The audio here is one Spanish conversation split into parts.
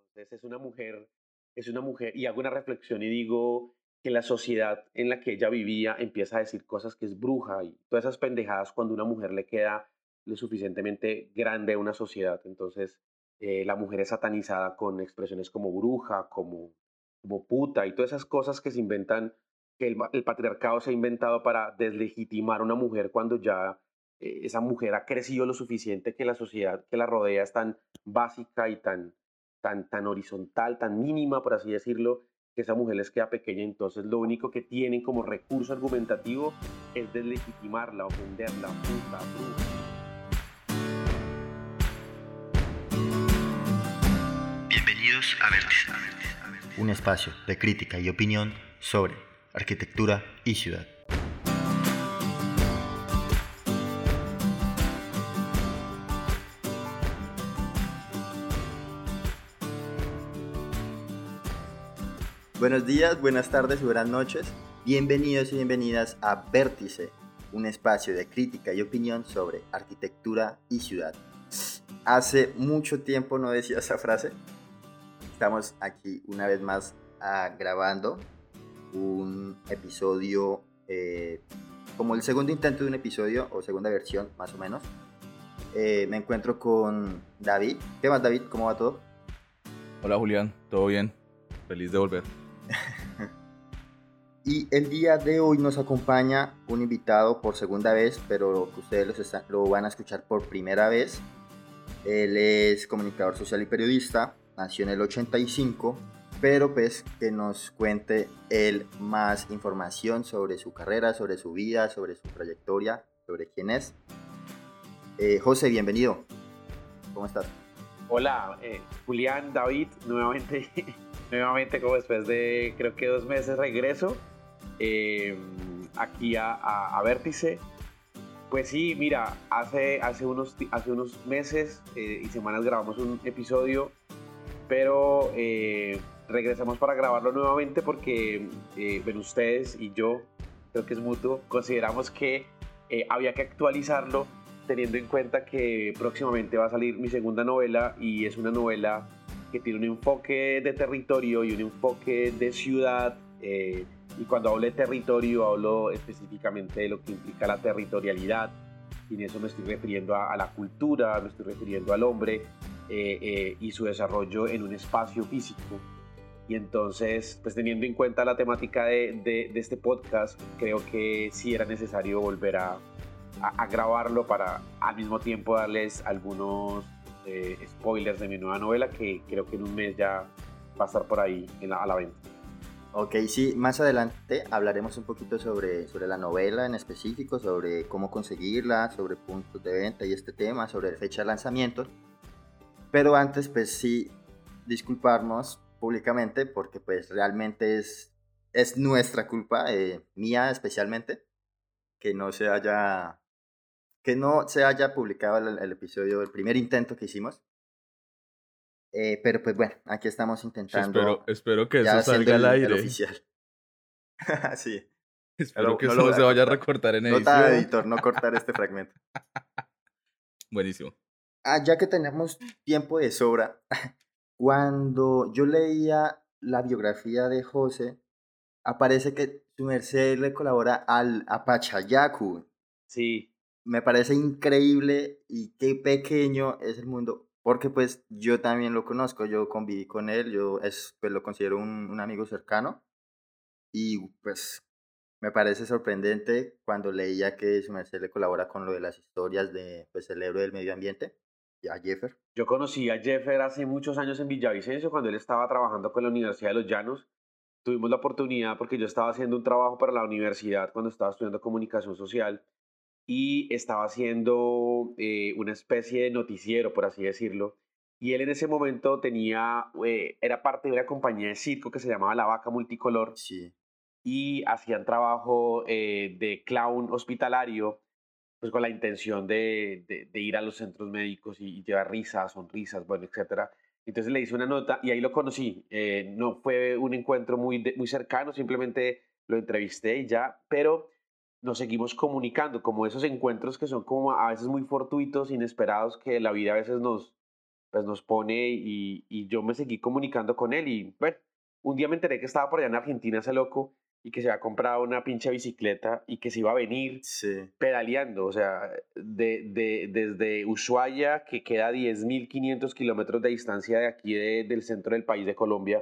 Entonces es una mujer, y hago una reflexión y digo que la sociedad en la que ella vivía empieza a decir cosas que es bruja y todas esas pendejadas cuando una mujer le queda lo suficientemente grande a una sociedad. Entonces la mujer es satanizada con expresiones como bruja, como puta y todas esas cosas que se inventan, que el patriarcado se ha inventado para deslegitimar a una mujer cuando ya esa mujer ha crecido lo suficiente que la sociedad que la rodea es tan básica y tan horizontal, tan mínima, por así decirlo, que esa mujer les queda pequeña. Entonces lo único que tienen como recurso argumentativo es deslegitimarla, ofenderla, puta, bruja. Bienvenidos a Vértice, un espacio de crítica y opinión sobre arquitectura y ciudad. Buenos días, buenas tardes y buenas noches. Bienvenidos y bienvenidas a Vértice, un espacio de crítica y opinión sobre arquitectura y ciudad. Hace mucho tiempo no decía esa frase. Estamos aquí una vez más grabando un episodio, como el segundo intento de un episodio o segunda versión más o menos. Me encuentro con David. ¿Qué más, David? ¿Cómo va todo? Hola Julián, ¿todo bien? Feliz de volver. Y el día de hoy nos acompaña un invitado por segunda vez, pero ustedes lo van a escuchar por primera vez. Él es comunicador social y periodista, nació en el 85, pero pues que nos cuente él más información sobre su carrera, sobre su vida, sobre su trayectoria, sobre quién es. José, bienvenido. ¿Cómo estás? Hola, Julián, David, nuevamente, nuevamente como después de creo que 2 meses regreso eh, aquí a Vértice. Pues sí, mira, hace unos meses y semanas grabamos un episodio, pero regresamos para grabarlo nuevamente porque, bueno, ustedes y yo, creo que es mutuo, consideramos que había que actualizarlo teniendo en cuenta que próximamente va a salir mi segunda novela y es una novela que tiene un enfoque de territorio y un enfoque de ciudad. Y cuando hablo de territorio hablo específicamente de lo que implica la territorialidad. Y en eso me estoy refiriendo a la cultura, me estoy refiriendo al hombre y su desarrollo en un espacio físico. Y entonces, pues teniendo en cuenta la temática de este podcast, creo que sí era necesario volver a grabarlo para al mismo tiempo darles algunos spoilers de mi nueva novela que creo que en un mes ya va a estar por ahí a la venta. Ok, sí, más adelante hablaremos un poquito sobre la novela en específico, sobre cómo conseguirla, sobre puntos de venta y este tema, sobre fecha de lanzamiento. Pero antes, pues sí, disculparnos públicamente porque pues realmente es nuestra culpa, mía especialmente, que que no se haya publicado el episodio, el primer intento que hicimos. Pero pues bueno, aquí estamos Sí, intentando, espero que ya eso haciendo salga al el aire. oficial. Sí, Espero que no eso lo no voy se a vaya a cortar. recortar en Nota edición. editor, no cortar este fragmento. Buenísimo. Ya que tenemos tiempo de sobra, cuando yo leía la biografía de José, aparece que su merced le colabora a Pachayacu. Sí, Me parece increíble y qué pequeño es el mundo, porque pues yo también lo conozco, yo conviví con él, pues lo considero un amigo cercano y pues me parece sorprendente cuando leía que su merced le colabora con lo de las historias de pues el héroe del medio ambiente, a Jeffer. yo conocí a Jeffer hace muchos años en Villavicencio cuando él estaba trabajando con la Universidad de los Llanos. Tuvimos la oportunidad porque yo estaba haciendo un trabajo para la universidad cuando estaba estudiando comunicación social y estaba haciendo una especie de noticiero, por así decirlo. Y él en ese momento era parte de una compañía de circo que se llamaba La Vaca Multicolor Sí. y hacían trabajo de clown hospitalario, pues con la intención de ir a los centros médicos y llevar risas, sonrisas, bueno, etcétera. Entonces le hice una nota y ahí lo conocí. No fue un encuentro muy cercano, simplemente lo entrevisté y ya, pero nos seguimos comunicando, como esos encuentros que son como a veces muy fortuitos, inesperados, que la vida a veces pues nos pone y yo me seguí comunicando con él y bueno, un día me enteré que estaba por allá en Argentina ese loco y que se había comprado una pinche bicicleta y que se iba a venir Sí, pedaleando, o sea, desde Ushuaia, que queda a 10.500 kilómetros de distancia de aquí del centro del país de Colombia,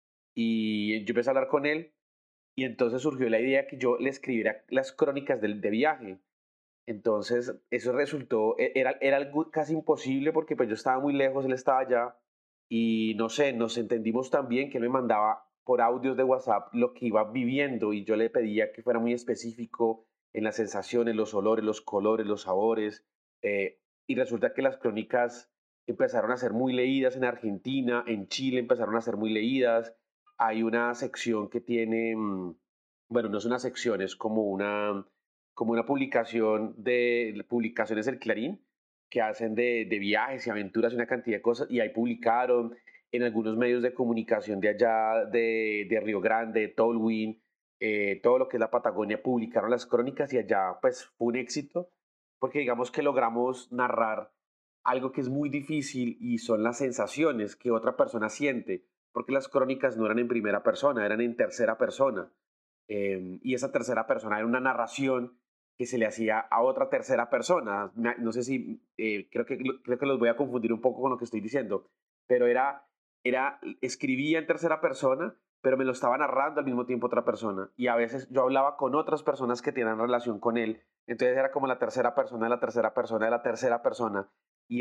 y yo empecé a hablar con él y entonces surgió la idea que yo le escribiera las crónicas de viaje. Entonces, eso resultó, era algo casi imposible porque pues yo estaba muy lejos, él estaba allá y no sé, nos entendimos tan bien que él me mandaba por audios de WhatsApp lo que iba viviendo y yo le pedía que fuera muy específico en las sensaciones, los olores, los colores, los sabores. Y resulta que las crónicas empezaron a ser muy leídas en Argentina, en Chile empezaron a ser muy leídas. Hay una sección que tiene, bueno, no es una sección, es como una publicación de publicaciones del Clarín que hacen de viajes y aventuras y una cantidad de cosas, y ahí publicaron en algunos medios de comunicación de allá, de Río Grande, Tolwyn, todo lo que es la Patagonia, publicaron las crónicas y allá pues fue un éxito, porque digamos que logramos narrar algo que es muy difícil y son las sensaciones que otra persona siente, porque las crónicas no eran en primera persona, eran en tercera persona. Y esa tercera persona era una narración que se le hacía a otra tercera persona. No sé si, creo que los voy a confundir un poco con lo que estoy diciendo, pero escribía en tercera persona, pero me lo estaba narrando al mismo tiempo otra persona. Y a veces yo hablaba con otras personas que tenían relación con él. Entonces era como la tercera persona de la tercera persona de la tercera persona. Y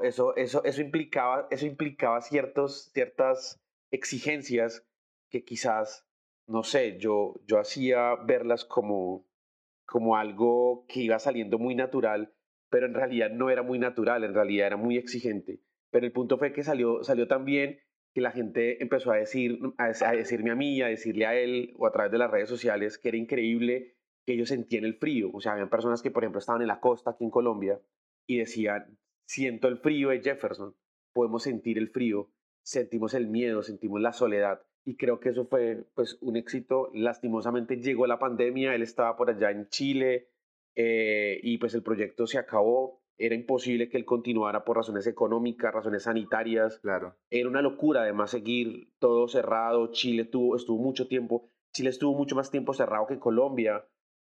eso implicaba ciertas exigencias que quizás no sé, yo hacía verlas como algo que iba saliendo muy natural, pero en realidad no era muy natural, en realidad era muy exigente. Pero el punto fue que salió tan bien que la gente empezó a decirme a mí, a decirle a él o a través de las redes sociales que era increíble que ellos sentían el frío. O sea, habían personas que, por ejemplo, estaban en la costa aquí en Colombia y decían, siento el frío de Jefferson, podemos sentir el frío, sentimos el miedo, sentimos la soledad y creo que eso fue pues un éxito. Lastimosamente llegó la pandemia, él estaba por allá en Chile y pues el proyecto se acabó. Era imposible que él continuara por razones económicas, razones sanitarias. claro. Era una locura además seguir todo cerrado. Estuvo mucho tiempo, Chile estuvo mucho más tiempo cerrado que Colombia.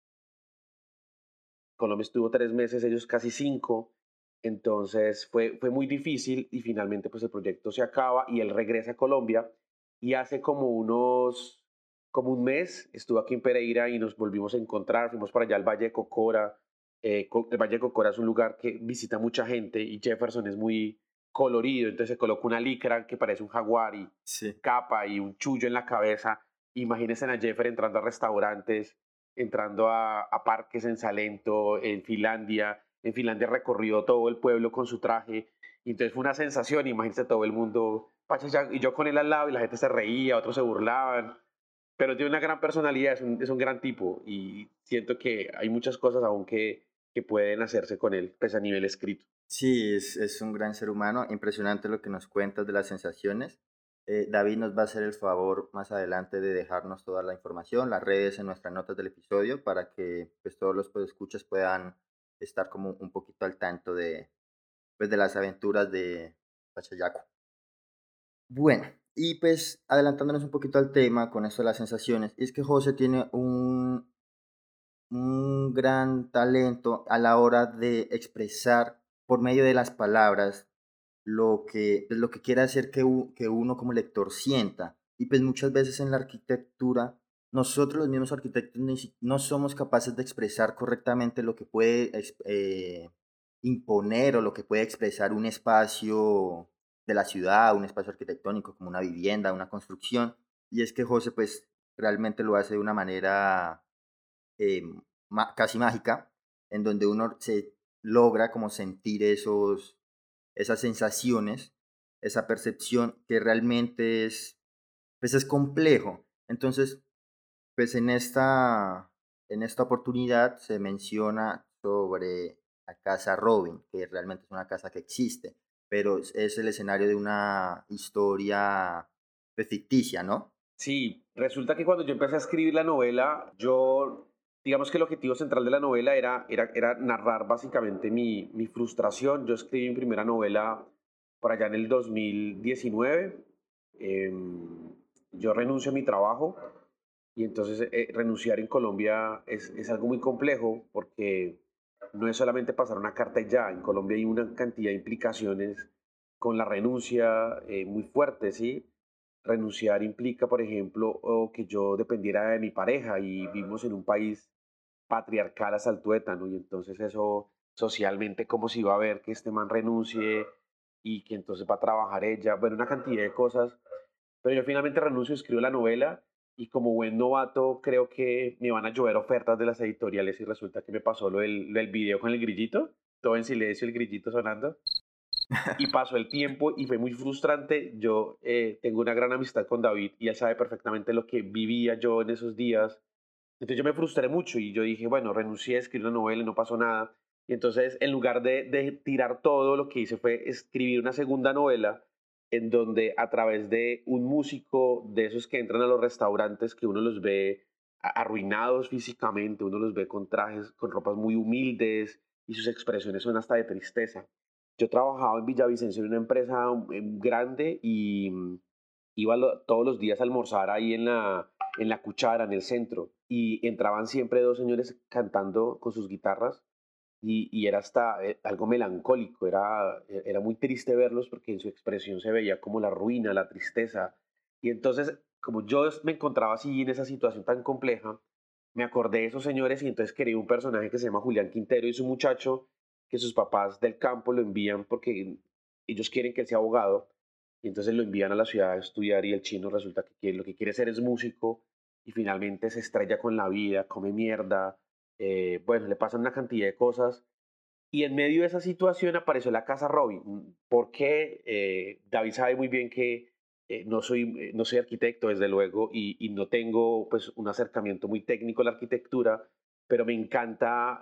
Colombia estuvo 3 meses, ellos casi 5. Entonces fue muy difícil y finalmente pues el proyecto se acaba y él regresa a Colombia y hace como un mes estuvo aquí en Pereira y nos volvimos a encontrar, fuimos para allá al Valle de Cocora. El Valle de Cocora es un lugar que visita mucha gente y Jefferson es muy colorido, entonces se colocó una licra que parece un jaguar y Sí. capa y un chullo en la cabeza. Imagínense a Jeffer entrando a restaurantes, entrando a parques en Salento, en Finlandia. En Finlandia recorrió todo el pueblo con su traje. Y entonces fue una sensación, imagínense todo el mundo, y yo con él al lado y la gente se reía, otros se burlaban. Pero tiene una gran personalidad, es un gran tipo y siento que hay muchas cosas aún que pueden hacerse con él, pues a nivel escrito. Sí, es un gran ser humano. Impresionante lo que nos cuentas de las sensaciones. David nos va a hacer el favor más adelante de dejarnos toda la información, las redes en nuestras notas del episodio, para que pues, todos los escuchas puedan estar como un poquito al tanto de, pues, de las aventuras de Pachayaco. Bueno, y pues adelantándonos un poquito al tema con esto de las sensaciones, es que José tiene un gran talento a la hora de expresar por medio de las palabras lo que quiere hacer que uno como lector sienta. Y pues muchas veces en la arquitectura, nosotros los mismos arquitectos no somos capaces de expresar correctamente lo que puede imponer o lo que puede expresar un espacio de la ciudad, un espacio arquitectónico como una vivienda, una construcción. Y es que José pues realmente lo hace de una manera eh, casi mágica, en donde uno se logra como sentir esas sensaciones, esa percepción que realmente pues es complejo. Entonces, pues en esta oportunidad se menciona sobre la casa Robin, que realmente es una casa que existe, pero es el escenario de una historia pues, ficticia, ¿no? Sí, resulta que cuando yo empecé a escribir la novela, digamos que el objetivo central de la novela era narrar básicamente mi frustración. Yo escribí mi primera novela por allá en el 2019. Yo renuncio a mi trabajo y entonces renunciar en Colombia es algo muy complejo porque no es solamente pasar una carta y ya. En Colombia hay una cantidad de implicaciones con la renuncia muy fuertes, ¿sí? Renunciar implica, por ejemplo, o que yo dependiera de mi pareja y vivimos en un país patriarcal hasta el tuétano y entonces eso socialmente como si va a ver que este man renuncie y que entonces va a trabajar ella, bueno, una cantidad de cosas, pero yo finalmente renuncio, escribo la novela y como buen novato creo que me van a llover ofertas de las editoriales y resulta que me pasó lo del video con el grillito, todo en silencio, el grillito sonando. Y pasó el tiempo y fue muy frustrante. Yo tengo una gran amistad con David y él sabe perfectamente lo que vivía yo en esos días. Entonces yo me frustré mucho y yo dije, bueno, renuncié a escribir una novela y no pasó nada. Y entonces, en lugar de tirar todo, lo que hice fue escribir una segunda novela en donde a través de un músico de esos que entran a los restaurantes, que uno los ve arruinados físicamente, uno los ve con trajes, con ropas muy humildes y sus expresiones son hasta de tristeza. Yo trabajaba en Villavicencio en una empresa grande y iba todos los días a almorzar ahí en la Cuchara, en el centro, y entraban siempre dos señores cantando con sus guitarras y era hasta algo melancólico, era muy triste verlos porque en su expresión se veía como la ruina, la tristeza. Y entonces, como yo me encontraba así en esa situación tan compleja, me acordé de esos señores y entonces creé un personaje que se llama Julián Quintero y es un muchacho que sus papás del campo lo envían porque ellos quieren que él sea abogado y entonces lo envían a la ciudad a estudiar y el chino resulta que lo que quiere ser es músico y finalmente se estrella con la vida, come mierda, bueno, le pasan una cantidad de cosas. Y en medio de esa situación apareció la Casa Robin, porque David sabe muy bien que no soy arquitecto, desde luego, y no tengo pues, un acercamiento muy técnico a la arquitectura, pero me encanta,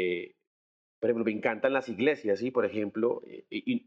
por ejemplo, me encantan las iglesias, ¿sí? Por ejemplo, y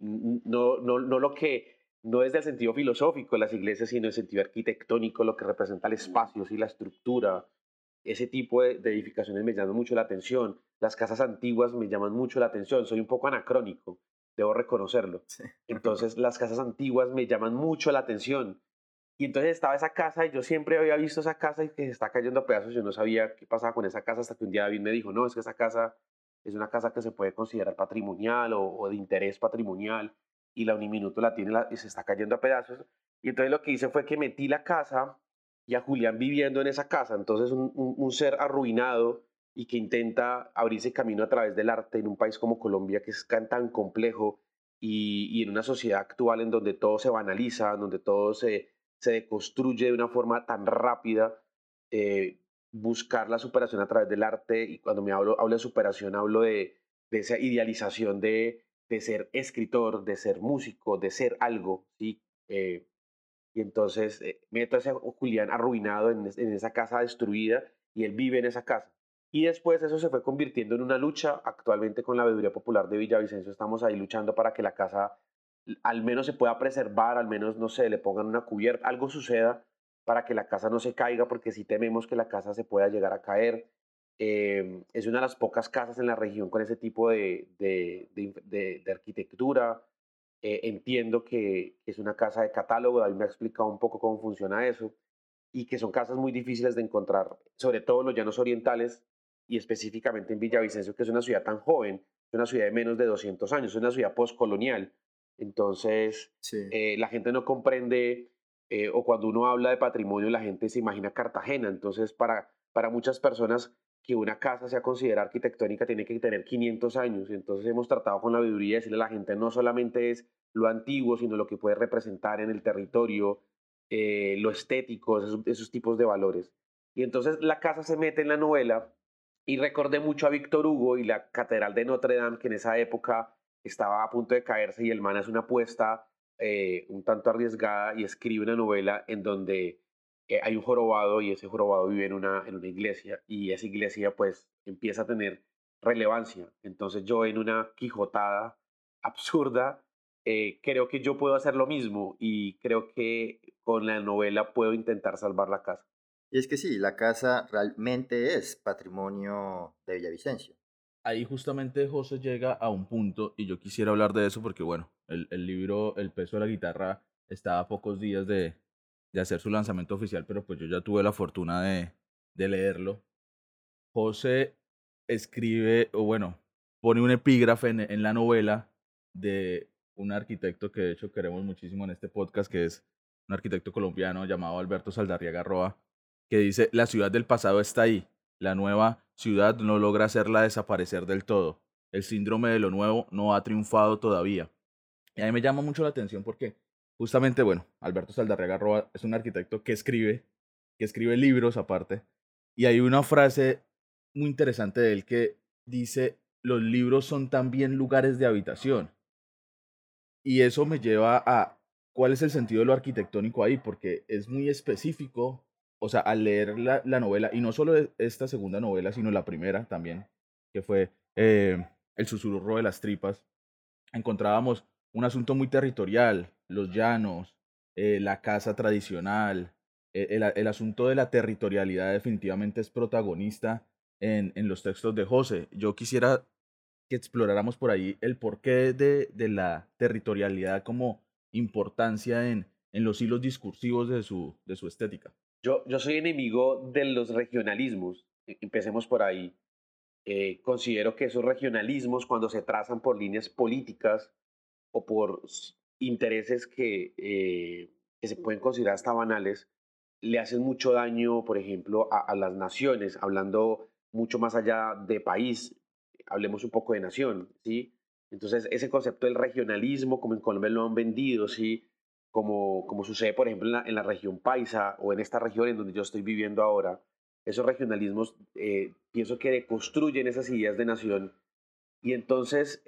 no lo que, no desde el sentido filosófico de las iglesias, sino en el sentido arquitectónico, lo que representa el espacio, ¿sí? La estructura, ese tipo de edificaciones me llaman mucho la atención. Las casas antiguas me llaman mucho la atención. Soy un poco anacrónico, debo reconocerlo. Sí. Entonces, las casas antiguas me llaman mucho la atención. Y entonces estaba esa casa y yo siempre había visto esa casa y que se está cayendo a pedazos. Yo no sabía qué pasaba con esa casa hasta que un día David me dijo, no, es que esa casa es una casa que se puede considerar patrimonial o de interés patrimonial y la Uniminuto la tiene y se está cayendo a pedazos. Y entonces lo que hice fue que metí la casa y a Julián viviendo en esa casa. Entonces un ser arruinado y que intenta abrirse camino a través del arte en un país como Colombia que es tan complejo y en una sociedad actual en donde todo se banaliza, en donde todo se deconstruye de una forma tan rápida, eh, buscar la superación a través del arte, y cuando hablo de superación hablo de esa idealización de ser escritor, de ser músico, de ser algo, ¿sí? Y entonces meto a ese Julián arruinado en esa casa destruida y él vive en esa casa. Y después eso se fue convirtiendo en una lucha. Actualmente con la Veeduría Popular de Villavicencio estamos ahí luchando para que la casa al menos se pueda preservar, al menos, no sé, le pongan una cubierta, algo suceda para que la casa no se caiga, porque si tememos que la casa se pueda llegar a caer. Es una de las pocas casas en la región con ese tipo de arquitectura. Entiendo que es una casa de catálogo, David me ha explicado un poco cómo funciona eso, y que son casas muy difíciles de encontrar, sobre todo en los llanos orientales y específicamente en Villavicencio, que es una ciudad tan joven, es una ciudad de menos de 200 años, es una ciudad postcolonial. Entonces, Sí. la gente no comprende, o cuando uno habla de patrimonio, la gente se imagina Cartagena. Entonces, para muchas personas, que una casa sea considerada arquitectónica tiene que tener 500 años. Entonces, hemos tratado con la veeduría de decirle a la gente, no solamente es lo antiguo, sino lo que puede representar en el territorio, lo estético, esos tipos de valores. Y entonces la casa se mete en la novela y recordé mucho a Víctor Hugo y la Catedral de Notre Dame, que en esa época estaba a punto de caerse y el man hace una apuesta un tanto arriesgada y escribe una novela en donde hay un jorobado y ese jorobado vive en una iglesia y esa iglesia pues empieza a tener relevancia. Entonces yo en una quijotada absurda creo que yo puedo hacer lo mismo y creo que con la novela puedo intentar salvar la casa. Y es que sí, la casa realmente es patrimonio de Villavicencio. ahí justamente José llega a un punto y yo quisiera hablar de eso porque, bueno, el libro El peso de la guitarra está a pocos días de hacer su lanzamiento oficial, pero pues yo ya tuve la fortuna de leerlo. José escribe, o bueno, pone un epígrafe en la novela de un arquitecto que de hecho queremos muchísimo en este podcast, que es un arquitecto colombiano llamado Alberto Saldarriaga Roa, que dice, la ciudad del pasado está ahí, la nueva ciudad no logra hacerla desaparecer del todo, el síndrome de lo nuevo no ha triunfado todavía. Y a mí me llama mucho la atención porque justamente, bueno, Alberto Saldarriaga Roa es un arquitecto que escribe libros aparte, y hay una frase muy interesante de él que dice, los libros son también lugares de habitación. Y eso me lleva a cuál es el sentido de lo arquitectónico ahí, porque es muy específico, o sea, al leer la novela, y no solo esta segunda novela, sino la primera también, que fue El susurro de las tripas, encontrábamos un asunto muy territorial, los llanos, la casa tradicional, el asunto de la territorialidad definitivamente es protagonista en los textos de José. Yo quisiera que exploráramos por ahí el porqué de la territorialidad como importancia en los hilos discursivos de su estética. Yo soy enemigo de los regionalismos. Empecemos por ahí. Considero que esos regionalismos, cuando se trazan por líneas políticas o por intereses que se pueden considerar hasta banales, le hacen mucho daño, por ejemplo, a las naciones, hablando mucho más allá de país, hablemos un poco de nación, ¿sí? Entonces, ese concepto del regionalismo, como en Colombia lo han vendido, ¿sí? Como sucede, por ejemplo, en la región paisa o en esta región en donde yo estoy viviendo ahora, esos regionalismos pienso que deconstruyen esas ideas de nación y entonces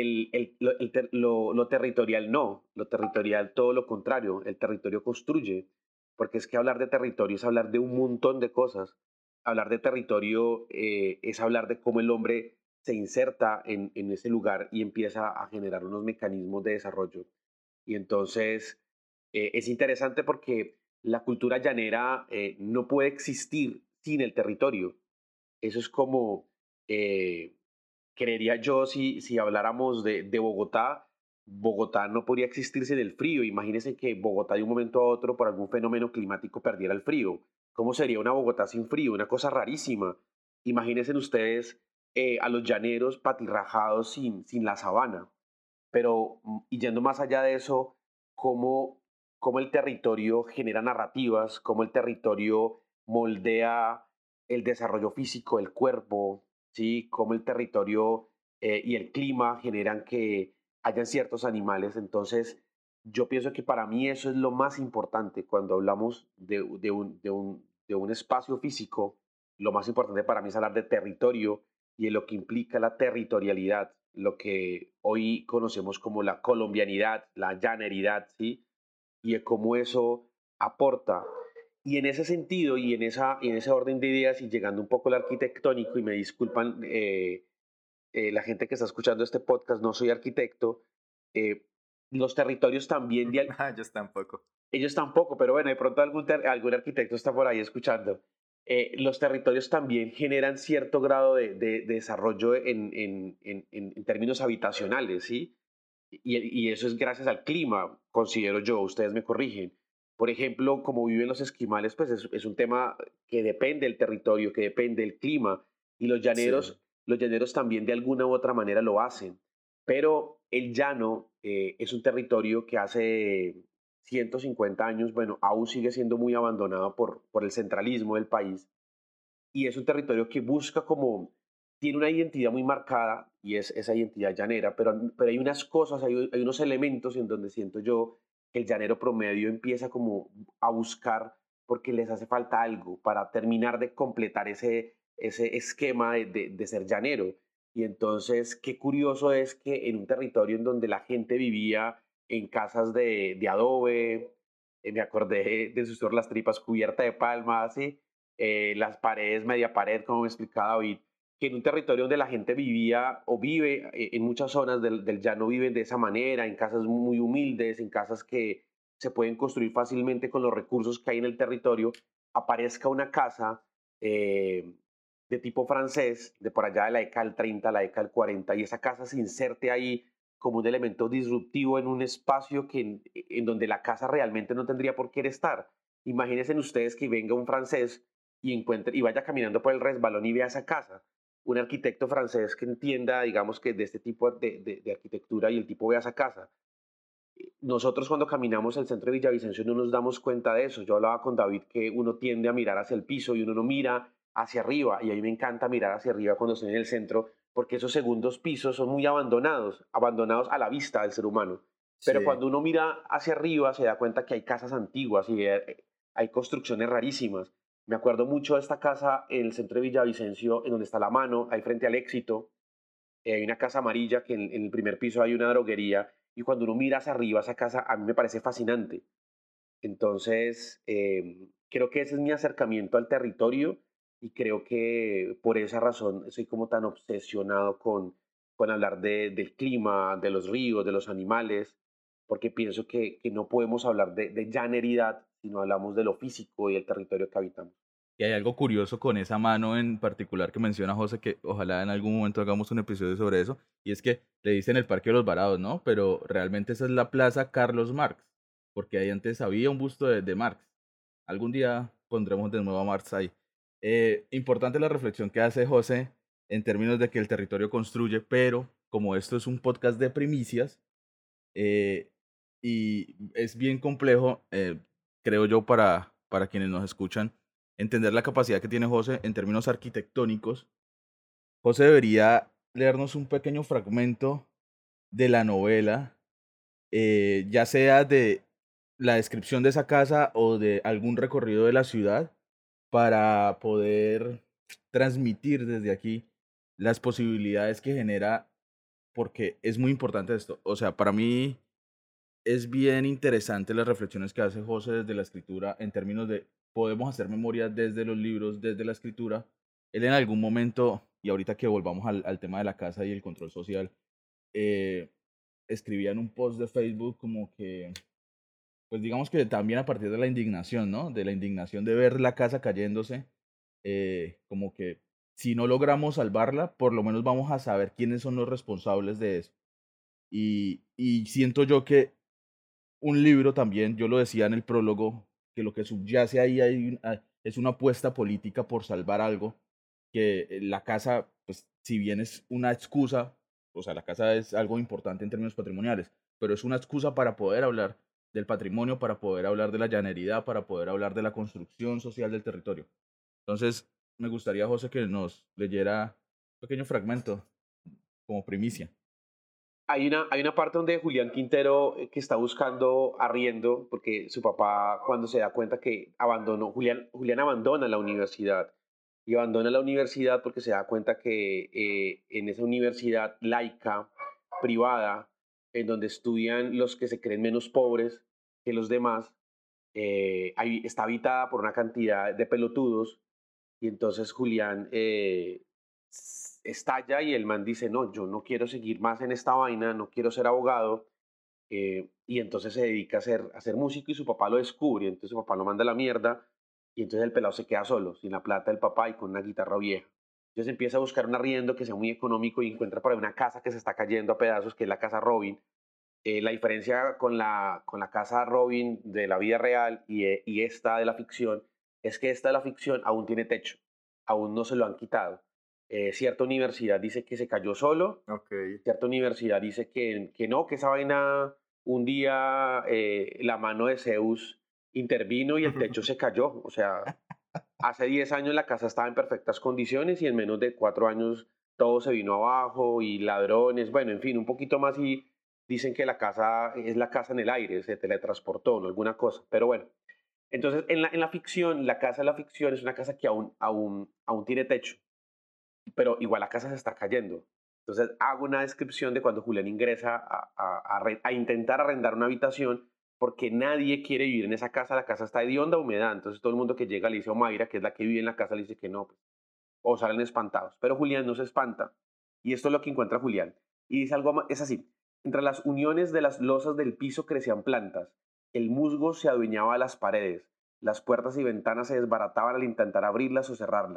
lo territorial no, lo territorial todo lo contrario, el territorio construye, porque es que hablar de territorio es hablar de un montón de cosas. Hablar de territorio es hablar de cómo el hombre se inserta en ese lugar y empieza a generar unos mecanismos de desarrollo. Y entonces es interesante porque la cultura llanera no puede existir sin el territorio. Eso es como, eh, creería yo, si habláramos de Bogotá, Bogotá no podría existir sin el frío. Imagínense que Bogotá de un momento a otro, por algún fenómeno climático, perdiera el frío. ¿Cómo sería una Bogotá sin frío? Una cosa rarísima. Imagínense ustedes a los llaneros patirrajados sin la sabana. Pero, y yendo más allá de eso, cómo, cómo el territorio genera narrativas, cómo el territorio moldea el desarrollo físico del cuerpo, ¿sí? Cómo el territorio y el clima generan que hayan ciertos animales. Entonces, yo pienso que para mí eso es lo más importante cuando hablamos de un espacio físico. Lo más importante para mí es hablar de territorio y de lo que implica la territorialidad, lo que hoy conocemos como la colombianidad, la llaneridad, ¿sí? Y de cómo eso aporta. Y en ese sentido y en ese orden de ideas y llegando un poco al arquitectónico, y me disculpan la gente que está escuchando este podcast, no soy arquitecto, eh, los territorios también, Yo tampoco. ellos tampoco, pero bueno, de pronto algún arquitecto está por ahí escuchando. Los territorios también generan cierto grado de desarrollo en términos habitacionales, ¿sí? Y eso es gracias al clima, considero yo, ustedes me corrigen. Por ejemplo, como viven los esquimales, pues es un tema que depende del territorio, que depende del clima, y Sí. los llaneros también de alguna u otra manera lo hacen. Pero el llano es un territorio que hace 150 años, bueno, aún sigue siendo muy abandonado por el centralismo del país y es un territorio que busca como, tiene una identidad muy marcada y es esa identidad llanera, pero hay unas cosas, hay unos elementos en donde siento yo que el llanero promedio empieza como a buscar porque les hace falta algo para terminar de completar ese esquema de ser llanero. Y entonces, qué curioso es que en un territorio en donde la gente vivía en casas de adobe, me acordé de sus las tripas cubierta de palmas, ¿sí? Las paredes, media pared, como me explicaba David, que en un territorio donde la gente vivía o vive, en muchas zonas del llano viven de esa manera, en casas muy humildes, en casas que se pueden construir fácilmente con los recursos que hay en el territorio, aparezca una casa eh, de tipo francés, de por allá de la década del 30, la década del 40, y esa casa se inserte ahí como un elemento disruptivo en un espacio en donde la casa realmente no tendría por qué estar. Imagínense ustedes que venga un francés y vaya caminando por el resbalón y vea esa casa. Un arquitecto francés que entienda, digamos, que de este tipo de arquitectura y el tipo vea esa casa. Nosotros cuando caminamos el centro de Villavicencio no nos damos cuenta de eso. Yo hablaba con David que uno tiende a mirar hacia el piso y uno no mira hacia arriba. Y a mí me encanta mirar hacia arriba cuando estoy en el centro porque esos segundos pisos son muy abandonados a la vista del ser humano. Pero Sí. cuando uno mira hacia arriba se da cuenta que hay casas antiguas y hay construcciones rarísimas. Me acuerdo mucho de esta casa en el centro de Villavicencio, en donde está la mano, ahí frente al Éxito. Hay una casa amarilla que en el primer piso hay una droguería y cuando uno mira hacia arriba esa casa a mí me parece fascinante. Entonces, creo que ese es mi acercamiento al territorio y creo que por esa razón soy como tan obsesionado con hablar del clima, de los ríos, de los animales, porque pienso que no podemos hablar de llaneridad si no hablamos de lo físico y el territorio que habitamos. Y hay algo curioso con esa mano en particular que menciona José, que ojalá en algún momento hagamos un episodio sobre eso, y es que le dicen el Parque de los Varados, ¿no? Pero realmente esa es la Plaza Carlos Marx, porque ahí antes había un busto de Marx. Algún día pondremos de nuevo a Marx ahí. Importante la reflexión que hace José en términos de que el territorio construye, pero como esto es un podcast de primicias, eh, y es bien complejo, creo yo, para quienes nos escuchan, entender la capacidad que tiene José en términos arquitectónicos. José debería leernos un pequeño fragmento de la novela, ya sea de la descripción de esa casa o de algún recorrido de la ciudad, para poder transmitir desde aquí las posibilidades que genera, porque es muy importante esto. O sea, para mí es bien interesante las reflexiones que hace José desde la escritura en términos de podemos hacer memoria desde los libros, desde la escritura. Él en algún momento, y ahorita que volvamos al tema de la casa y el control social, eh, escribía en un post de Facebook como que, pues digamos que también a partir de la indignación, ¿no? De la indignación de ver la casa cayéndose, como que si no logramos salvarla, por lo menos vamos a saber quiénes son los responsables de eso. Y siento yo que un libro también, yo lo decía en el prólogo, que lo que subyace ahí es una apuesta política por salvar algo, que la casa, pues si bien es una excusa, o sea, la casa es algo importante en términos patrimoniales, pero es una excusa para poder hablar del patrimonio, para poder hablar de la llaneridad, para poder hablar de la construcción social del territorio. Entonces, me gustaría, José, que nos leyera un pequeño fragmento como primicia. Hay una parte donde Julián Quintero que está buscando arriendo porque su papá cuando se da cuenta que Julián abandona la universidad y abandona la universidad porque se da cuenta que en esa universidad laica, privada, en donde estudian los que se creen menos pobres que los demás, ahí está habitada por una cantidad de pelotudos y entonces Julián estalla y el man dice, no, yo no quiero seguir más en esta vaina, no quiero ser abogado. Y entonces se dedica a ser músico y su papá lo descubre. Entonces su papá lo manda a la mierda y entonces el pelado se queda solo, sin la plata del papá y con una guitarra vieja. Entonces empieza a buscar un arriendo que sea muy económico y encuentra por ahí una casa que se está cayendo a pedazos, que es la casa Robin. La diferencia con la casa Robin de la vida real y esta de la ficción es que esta de la ficción aún tiene techo, aún no se lo han quitado. Cierta universidad dice que se cayó solo, Ok. cierta universidad dice que no, que esa vaina un día la mano de Zeus intervino y el techo se cayó. O sea, hace 10 años la casa estaba en perfectas condiciones y en menos de 4 años todo se vino abajo y ladrones, bueno, en fin, un poquito más y dicen que la casa es la casa en el aire, se teletransportó, ¿no? Alguna cosa. Pero bueno, entonces en la ficción, la casa de la ficción es una casa que aún tiene techo, pero igual la casa se está cayendo. Entonces hago una descripción de cuando Julián ingresa a intentar arrendar una habitación porque nadie quiere vivir en esa casa, la casa está hedionda, humedad, entonces todo el mundo que llega le dice a Omaira, que es la que vive en la casa, le dice que no, pues, o salen espantados. Pero Julián no se espanta y esto es lo que encuentra Julián. Y dice algo, es así, entre las uniones de las losas del piso crecían plantas, el musgo se adueñaba de las paredes, las puertas y ventanas se desbarataban al intentar abrirlas o cerrarlas.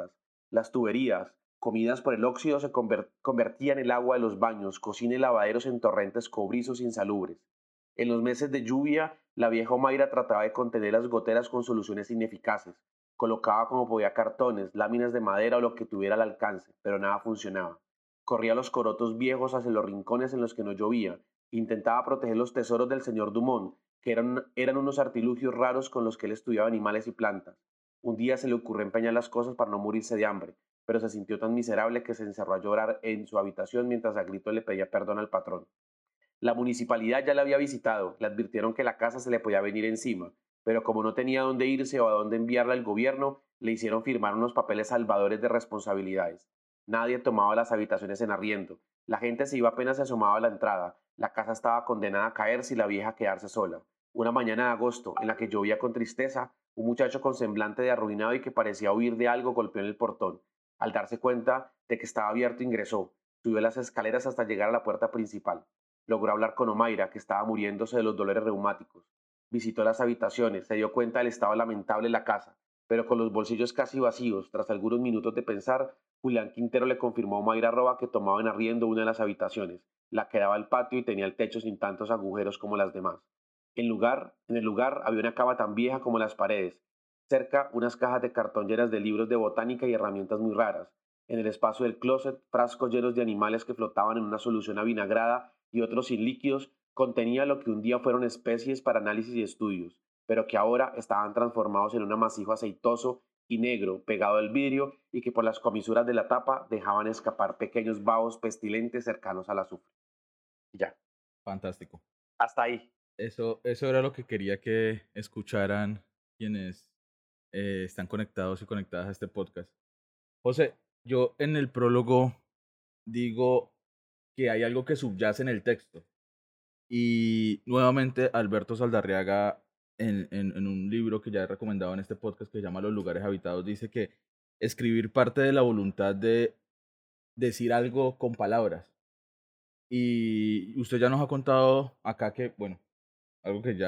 las tuberías, comidas por el óxido, se convertían el agua de los baños, cocina y lavaderos en torrentes cobrizos e insalubres. En los meses de lluvia, la vieja Omaira trataba de contener las goteras con soluciones ineficaces. Colocaba como podía cartones, láminas de madera o lo que tuviera al alcance, pero nada funcionaba. Corría los corotos viejos hacia los rincones en los que no llovía. Intentaba proteger los tesoros del señor Dumont, que eran unos artilugios raros con los que él estudiaba animales y plantas. Un día se le ocurrió empeñar las cosas para no morirse de hambre, pero se sintió tan miserable que se encerró a llorar en su habitación mientras a grito le pedía perdón al patrón. La municipalidad ya la había visitado, le advirtieron que la casa se le podía venir encima, pero como no tenía dónde irse o a dónde enviarla al gobierno, le hicieron firmar unos papeles salvadores de responsabilidades. Nadie tomaba las habitaciones en arriendo, la gente se iba apenas se asomaba a la entrada, la casa estaba condenada a caerse y la vieja a quedarse sola. Una mañana de agosto, en la que llovía con tristeza, un muchacho con semblante de arruinado y que parecía huir de algo golpeó en el portón. Al darse cuenta de que estaba abierto, ingresó, subió las escaleras hasta llegar a la puerta principal. Logró hablar con Omaira, que estaba muriéndose de los dolores reumáticos. Visitó las habitaciones, se dio cuenta del estado lamentable de la casa, pero con los bolsillos casi vacíos, tras algunos minutos de pensar, Julián Quintero le confirmó a Omaira Roba que tomaba en arriendo una de las habitaciones, la que daba al patio y tenía el techo sin tantos agujeros como las demás. En el lugar había una cama tan vieja como las paredes. Cerca, unas cajas de cartón llenas de libros de botánica y herramientas muy raras. En el espacio del closet, frascos llenos de animales que flotaban en una solución avinagrada y otros sin líquidos, contenía lo que un día fueron especies para análisis y estudios, pero que ahora estaban transformados en un amasijo aceitoso y negro pegado al vidrio y que por las comisuras de la tapa dejaban escapar pequeños vaos pestilentes cercanos al azufre. Ya, Fantástico. hasta ahí. Eso era lo que quería que escucharan quienes están conectados y conectadas a este podcast. José, yo en el prólogo digo que hay algo que subyace en el texto. Y nuevamente Alberto Saldarriaga, en un libro que ya he recomendado en este podcast que se llama Los lugares habitados, dice que escribir parte de la voluntad de decir algo con palabras. Y usted ya nos ha contado acá que, bueno, algo que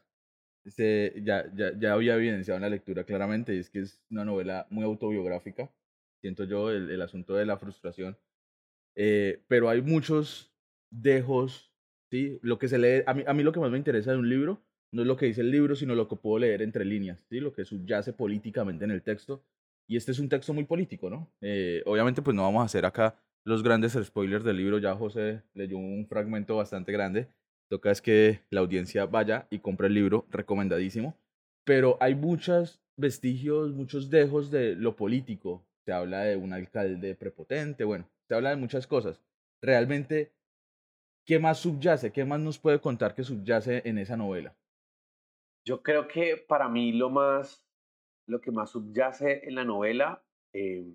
ya había evidenciado en la lectura claramente, y es que es una novela muy autobiográfica. Siento yo el asunto de la frustración. Pero hay muchos dejos, ¿sí? Lo que se lee, a mí lo que más me interesa de un libro no es lo que dice el libro, sino lo que puedo leer entre líneas, ¿sí? Lo que subyace políticamente en el texto. Y este es un texto muy político, ¿no? Obviamente, pues no vamos a hacer acá los grandes spoilers del libro. Ya José leyó un fragmento bastante grande. Toca es que la audiencia vaya y compre el libro, recomendadísimo. Pero hay muchos vestigios, muchos dejos de lo político. Se habla de un alcalde prepotente, bueno, se habla de muchas cosas. Realmente, ¿qué más subyace? ¿Qué más nos puede contar que subyace en esa novela? Yo creo que para mí lo que más subyace en la novela, eh,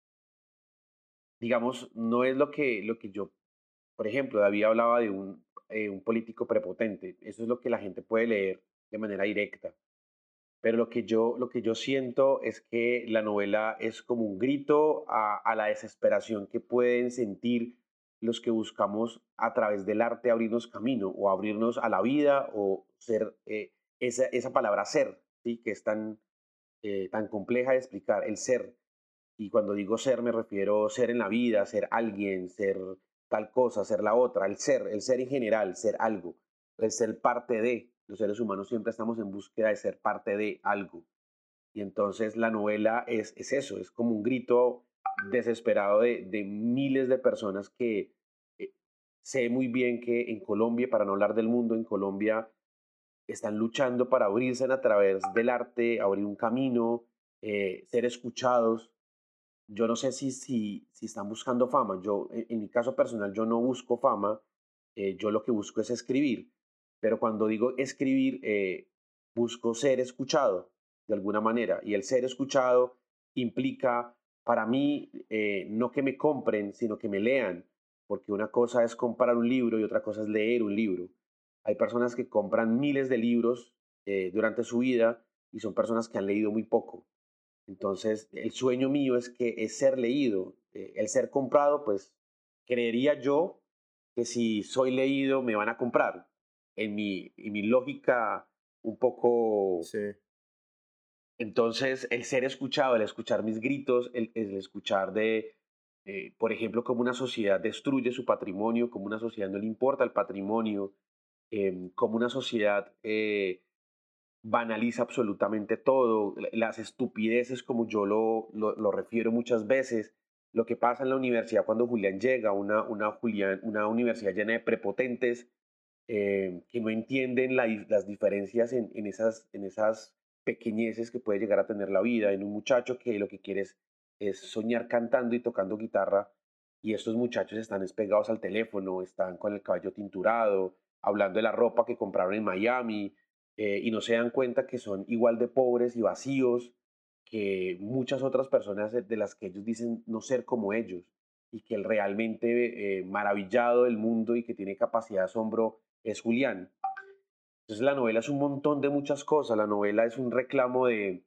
digamos, no es lo que yo, por ejemplo, David hablaba de un político prepotente. Eso es lo que la gente puede leer de manera directa. Pero lo que yo siento es que la novela es como un grito a la desesperación que pueden sentir los que buscamos a través del arte abrirnos camino o abrirnos a la vida o ser, esa palabra ser, ¿sí? Que es tan compleja de explicar, el ser. Y cuando digo ser me refiero a ser en la vida, ser alguien, ser tal cosa, ser la otra, el ser en general, ser algo, el ser parte de. Los seres humanos siempre estamos en búsqueda de ser parte de algo. Y entonces la novela es eso, es como un grito desesperado de miles de personas que eh, sé muy bien que en Colombia, para no hablar del mundo, en Colombia están luchando para abrirse a través del arte, abrir un camino, ser escuchados. Yo no sé si están buscando fama. Yo, en mi caso personal, yo no busco fama. Yo lo que busco es escribir. Pero cuando digo escribir, busco ser escuchado de alguna manera. Y el ser escuchado implica para mí no que me compren, sino que me lean. Porque una cosa es comprar un libro y otra cosa es leer un libro. Hay personas que compran miles de libros durante su vida y son personas que han leído muy poco. Entonces, el sueño mío es ser leído. El ser comprado, pues creería yo que si soy leído me van a comprar. En mi lógica un poco Sí. Entonces, el ser escuchado, el escuchar mis gritos, el escuchar por ejemplo, cómo una sociedad destruye su patrimonio, cómo una sociedad no le importa el patrimonio, cómo una sociedad banaliza absolutamente todo, las estupideces como yo lo refiero muchas veces, lo que pasa en la universidad cuando Julián llega, una universidad llena de prepotentes que no entienden las diferencias en esas pequeñeces que puede llegar a tener la vida, en un muchacho que lo que quiere es soñar cantando y tocando guitarra, y estos muchachos están despegados al teléfono, están con el cabello tinturado, hablando de la ropa que compraron en Miami, y no se dan cuenta que son igual de pobres y vacíos que muchas otras personas de las que ellos dicen no ser como ellos, y que el realmente maravillado del mundo y que tiene capacidad de asombro es Julián. Entonces la novela es un montón de muchas cosas, la novela es un reclamo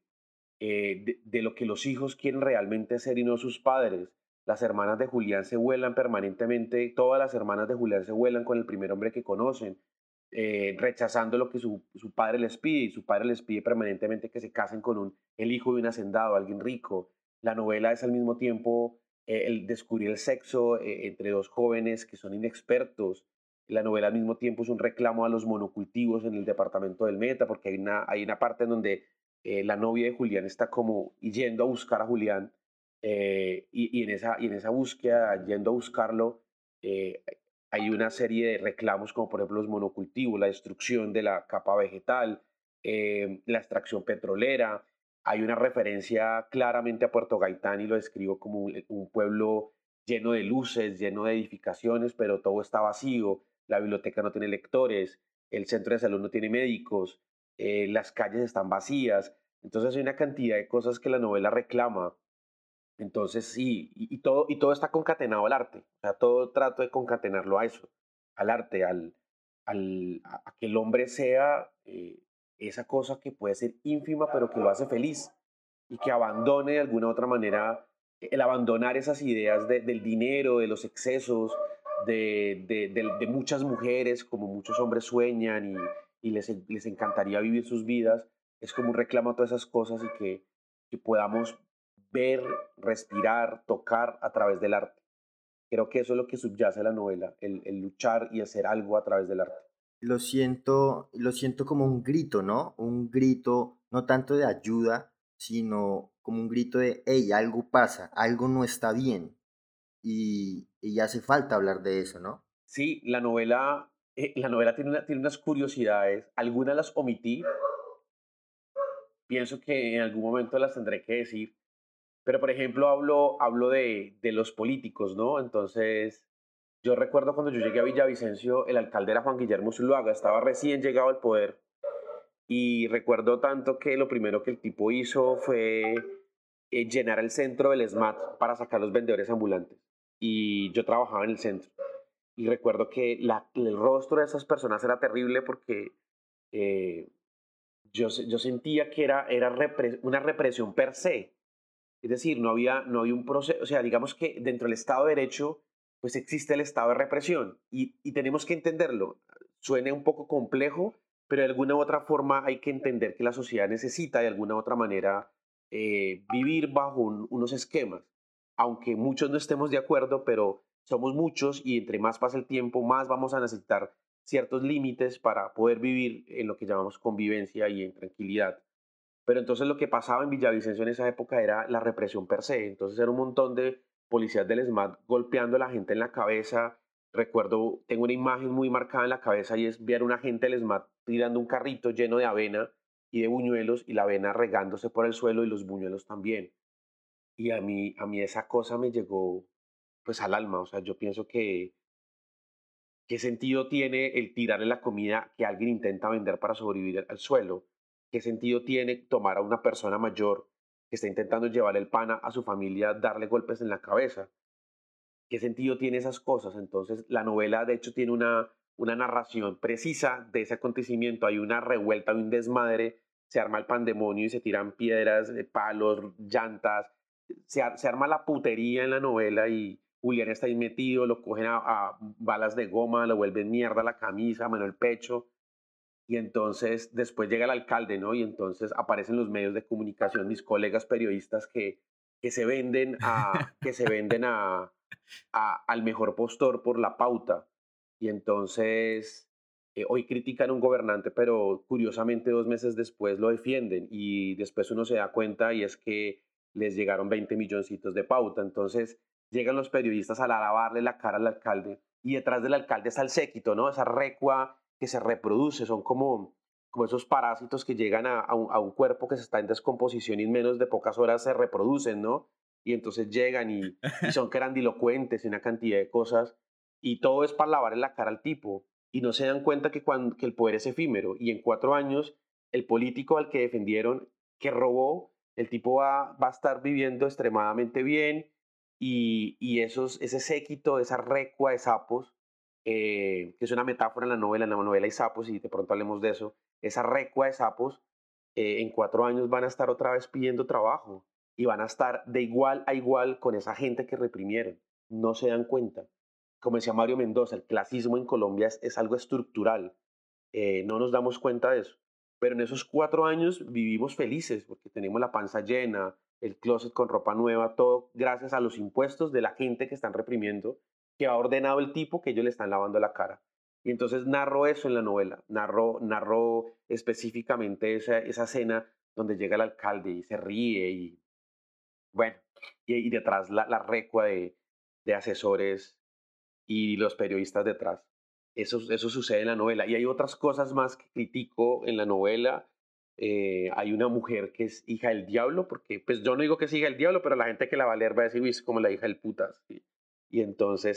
de lo que los hijos quieren realmente ser y no sus padres. Las hermanas de Julián se vuelan permanentemente, todas las hermanas de Julián se vuelan con el primer hombre que conocen, rechazando lo que su padre les pide, y su padre les pide permanentemente que se casen con el hijo de un hacendado, alguien rico. La novela es al mismo tiempo el descubrir el sexo entre dos jóvenes que son inexpertos. La novela al mismo tiempo es un reclamo a los monocultivos en el departamento del Meta, porque hay una parte en donde la novia de Julián está como yendo a buscar a Julián, y en esa búsqueda, yendo a buscarlo, eh, hay una serie de reclamos como por ejemplo los monocultivos, la destrucción de la capa vegetal, la extracción petrolera. Hay una referencia claramente a Puerto Gaitán y lo describo como un pueblo lleno de luces, lleno de edificaciones, pero todo está vacío. La biblioteca no tiene lectores, el centro de salud no tiene médicos, las calles están vacías. Entonces hay una cantidad de cosas que la novela reclama. Entonces sí, y todo está concatenado al arte. O sea, todo trato de concatenarlo a eso, al arte, a que el hombre sea esa cosa que puede ser ínfima, pero que lo hace feliz, y que abandone de alguna u otra manera, el abandonar esas ideas del dinero, de los excesos, de muchas mujeres, como muchos hombres sueñan y les encantaría vivir sus vidas. Es como un reclamo a todas esas cosas, y que podamos ver, respirar, tocar a través del arte. Creo que eso es lo que subyace a la novela, el luchar y hacer algo a través del arte. Lo siento como un grito, ¿no? Un grito no tanto de ayuda, sino como un grito de, hey, algo pasa, algo no está bien. Y hace falta hablar de eso, ¿no? Sí, la novela tiene unas curiosidades, algunas las omití, pienso que en algún momento las tendré que decir, pero por ejemplo hablo de los políticos, ¿no? Entonces, yo recuerdo cuando yo llegué a Villavicencio, el alcalde era Juan Guillermo Zuluaga, estaba recién llegado al poder. Y recuerdo tanto que lo primero que el tipo hizo fue llenar el centro del SMAT para sacar los vendedores ambulantes. Y yo trabajaba en el centro. Y recuerdo que el rostro de esas personas era terrible, porque eh, yo sentía que era una represión per se. Es decir, no había un proceso, o sea, digamos que dentro del Estado de Derecho, pues existe el estado de represión, y tenemos que entenderlo. Suene un poco complejo, pero de alguna u otra forma hay que entender que la sociedad necesita de alguna u otra manera vivir bajo unos esquemas, aunque muchos no estemos de acuerdo, pero somos muchos, y entre más pasa el tiempo, más vamos a necesitar ciertos límites para poder vivir en lo que llamamos convivencia y en tranquilidad. Pero entonces lo que pasaba en Villavicencio en esa época era la represión per se. Entonces era un montón de policías del SMAT golpeando a la gente en la cabeza. Recuerdo, tengo una imagen muy marcada en la cabeza, y es ver a un agente del SMAT tirando un carrito lleno de avena y de buñuelos, y la avena regándose por el suelo y los buñuelos también. Y a mí esa cosa me llegó pues al alma. O sea, yo pienso que ¿qué sentido tiene el tirarle la comida que alguien intenta vender para sobrevivir al suelo? ¿Qué sentido tiene tomar a una persona mayor que está intentando llevar el pan a su familia, darle golpes en la cabeza? ¿Qué sentido tiene esas cosas? Entonces, la novela, de hecho, tiene una narración precisa de ese acontecimiento. Hay una revuelta, un desmadre, se arma el pandemonio y se tiran piedras, palos, llantas, se arma la putería en la novela, y Julián está ahí metido, lo cogen a balas de goma, lo vuelven mierda la camisa, mano el pecho. Y entonces después llega el alcalde, ¿no? Y entonces aparecen los medios de comunicación, mis colegas periodistas que se venden al mejor postor por la pauta. Y entonces hoy critican a un gobernante, pero curiosamente 2 meses después lo defienden y después uno se da cuenta y es que les llegaron 20 milloncitos de pauta. Entonces llegan los periodistas a lavarle la cara al alcalde y detrás del alcalde está el séquito, ¿no? Esa recua que se reproduce, son como esos parásitos que llegan a un cuerpo que se está en descomposición y en menos de pocas horas se reproducen, ¿no? Y entonces llegan y son grandilocuentes y una cantidad de cosas, y todo es para lavarle la cara al tipo, y no se dan cuenta que el poder es efímero, y en 4 años el político al que defendieron, que robó, el tipo va a estar viviendo extremadamente bien, y ese séquito, esa recua de sapos, que es una metáfora en la novela hay sapos, y de pronto hablemos de eso, esa recua de sapos, en 4 años van a estar otra vez pidiendo trabajo y van a estar de igual a igual con esa gente que reprimieron. No se dan cuenta. Como decía Mario Mendoza, el clasismo en Colombia es algo estructural. No nos damos cuenta de eso. Pero en esos 4 años vivimos felices porque tenemos la panza llena, el closet con ropa nueva, todo gracias a los impuestos de la gente que están reprimiendo, que ha ordenado el tipo que ellos le están lavando la cara. Y entonces narro eso en la novela, narro específicamente esa escena donde llega el alcalde y se ríe y bueno, y detrás la recua de asesores y los periodistas detrás. Eso sucede en la novela. Y hay otras cosas más que critico en la novela. Hay una mujer que es hija del diablo, porque pues yo no digo que es hija del diablo, pero la gente que la va a leer va a decir, "Uy, es como la hija del putas". Y entonces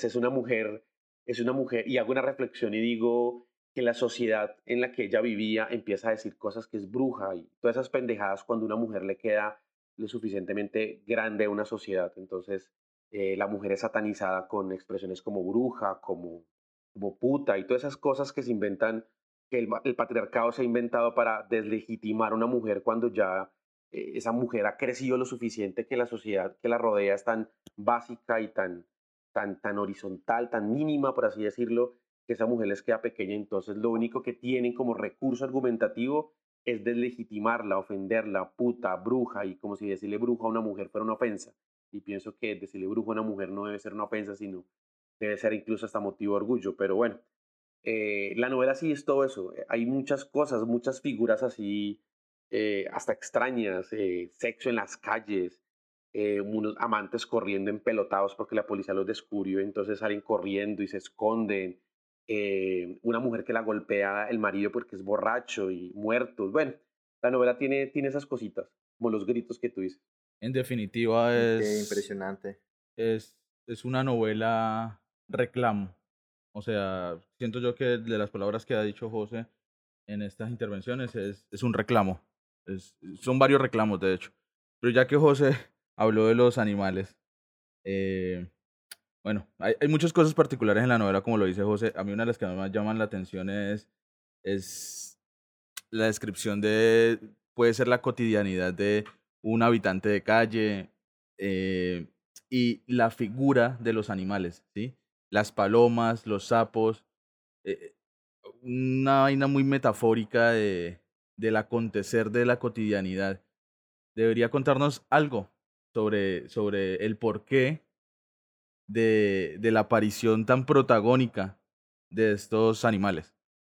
es una mujer, y hago una reflexión y digo que la sociedad en la que ella vivía empieza a decir cosas que es bruja y todas esas pendejadas cuando una mujer le queda lo suficientemente grande a una sociedad. Entonces, la mujer es satanizada con expresiones como bruja, como puta y todas esas cosas que se inventan, que el patriarcado se ha inventado para deslegitimar a una mujer cuando ya esa mujer ha crecido lo suficiente que la sociedad que la rodea es tan básica y tan horizontal, tan mínima, por así decirlo, que esa mujer les queda pequeña. Entonces lo único que tienen como recurso argumentativo es deslegitimarla, ofenderla, puta, bruja, y como si decirle bruja a una mujer fuera una ofensa. Y pienso que decirle bruja a una mujer no debe ser una ofensa, sino debe ser incluso hasta motivo de orgullo. Pero bueno, la novela sí es todo eso. Hay muchas cosas, muchas figuras así, hasta extrañas, sexo en las calles, unos amantes corriendo empelotados porque la policía los descubrió, entonces salen corriendo y se esconden. Una mujer que la golpea el marido porque es borracho y muertos. Bueno, la novela tiene esas cositas, como los gritos que tú dices. En definitiva, Ok, impresionante. es una novela reclamo. O sea, siento yo que de las palabras que ha dicho José en estas intervenciones es un reclamo. Son varios reclamos, de hecho. Pero ya que José habló de los animales, eh, bueno, hay muchas cosas particulares en la novela, como lo dice José. A mí una de las que más llaman la atención es la descripción puede ser la cotidianidad de un habitante de calle, y la figura de los animales, ¿sí? Las palomas, los sapos, eh, una vaina muy metafórica del acontecer de la cotidianidad. Debería contarnos algo sobre el porqué de la aparición tan protagónica de estos animales.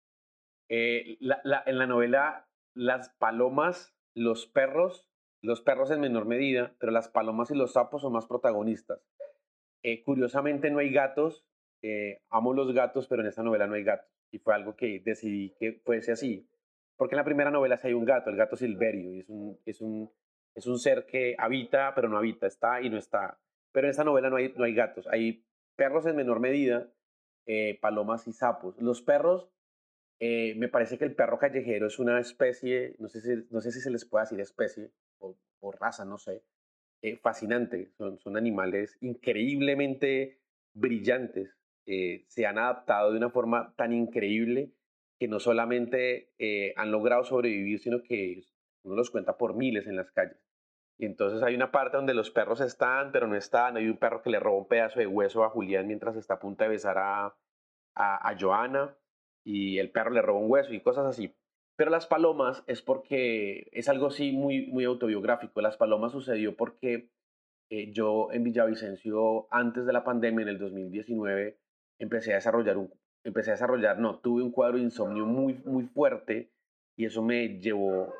En la novela, las palomas, los perros en menor medida, pero las palomas y los sapos son más protagonistas. Curiosamente no hay gatos, amo los gatos, pero en esta novela no hay gatos. Y fue algo que decidí que fuese así. Porque en la primera novela sí hay un gato, el gato Silverio, y es un ser que habita, pero no habita, está y no está. Pero en esta novela no hay gatos, hay perros en menor medida, palomas y sapos. Los perros, me parece que el perro callejero es una especie, no sé si se les puede decir especie o raza, no sé, fascinante. Son animales increíblemente brillantes. Se han adaptado de una forma tan increíble que no solamente han logrado sobrevivir, sino que uno los cuenta por miles en las calles. Y entonces hay una parte donde los perros están, pero no están. Hay un perro que le roba un pedazo de hueso a Julián mientras está a punto de besar a Joana, y el perro le roba un hueso y cosas así. Pero Las Palomas es porque es algo así muy, muy autobiográfico. Las Palomas sucedió porque yo en Villavicencio, antes de la pandemia, en el 2019, empecé a desarrollar no, tuve un cuadro de insomnio muy, muy fuerte y eso me llevó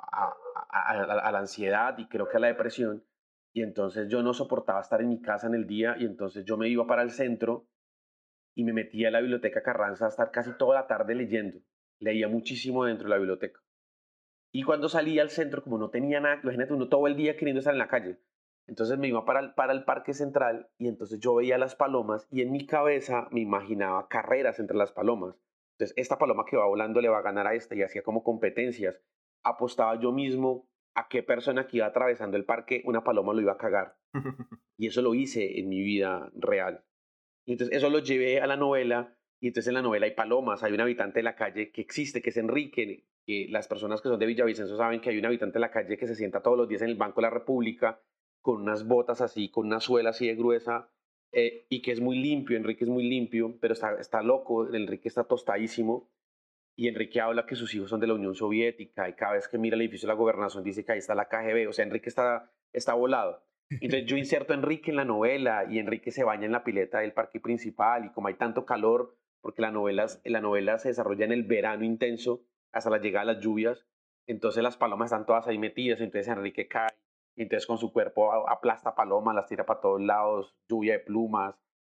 a la ansiedad y creo que a la depresión. Y entonces yo no soportaba estar en mi casa en el día y entonces yo me iba para el centro y me metía a la biblioteca Carranza a estar casi toda la tarde leyendo. Leía muchísimo dentro de la biblioteca. Y cuando salía al centro, como no tenía nada, imagínate uno todo el día queriendo estar en la calle. Entonces me iba para el Parque Central y entonces yo veía las palomas y en mi cabeza me imaginaba carreras entre las palomas. Entonces esta paloma que va volando le va a ganar a esta y hacía como competencias. Apostaba yo mismo a qué persona que iba atravesando el parque una paloma lo iba a cagar. Y eso lo hice en mi vida real. Y entonces eso lo llevé a la novela y entonces en la novela hay palomas, hay un habitante de la calle que existe, que es Enrique, que las personas que son de Villavicencio saben que hay un habitante de la calle que se sienta todos los días en el Banco de la República con unas botas así, con una suela así de gruesa y que es muy limpio, Enrique es muy limpio, pero está loco, Enrique está tostadísimo y Enrique habla que sus hijos son de la Unión Soviética y cada vez que mira el edificio de la gobernación dice que ahí está la KGB, o sea, Enrique está volado. Entonces yo inserto a Enrique en la novela y Enrique se baña en la pileta del parque principal y como hay tanto calor, porque la novela se desarrolla en el verano intenso hasta la llegada de las lluvias, entonces las palomas están todas ahí metidas, entonces Enrique cae, entonces con su cuerpo aplasta palomas, las tira para todos lados, lluvia de plumas.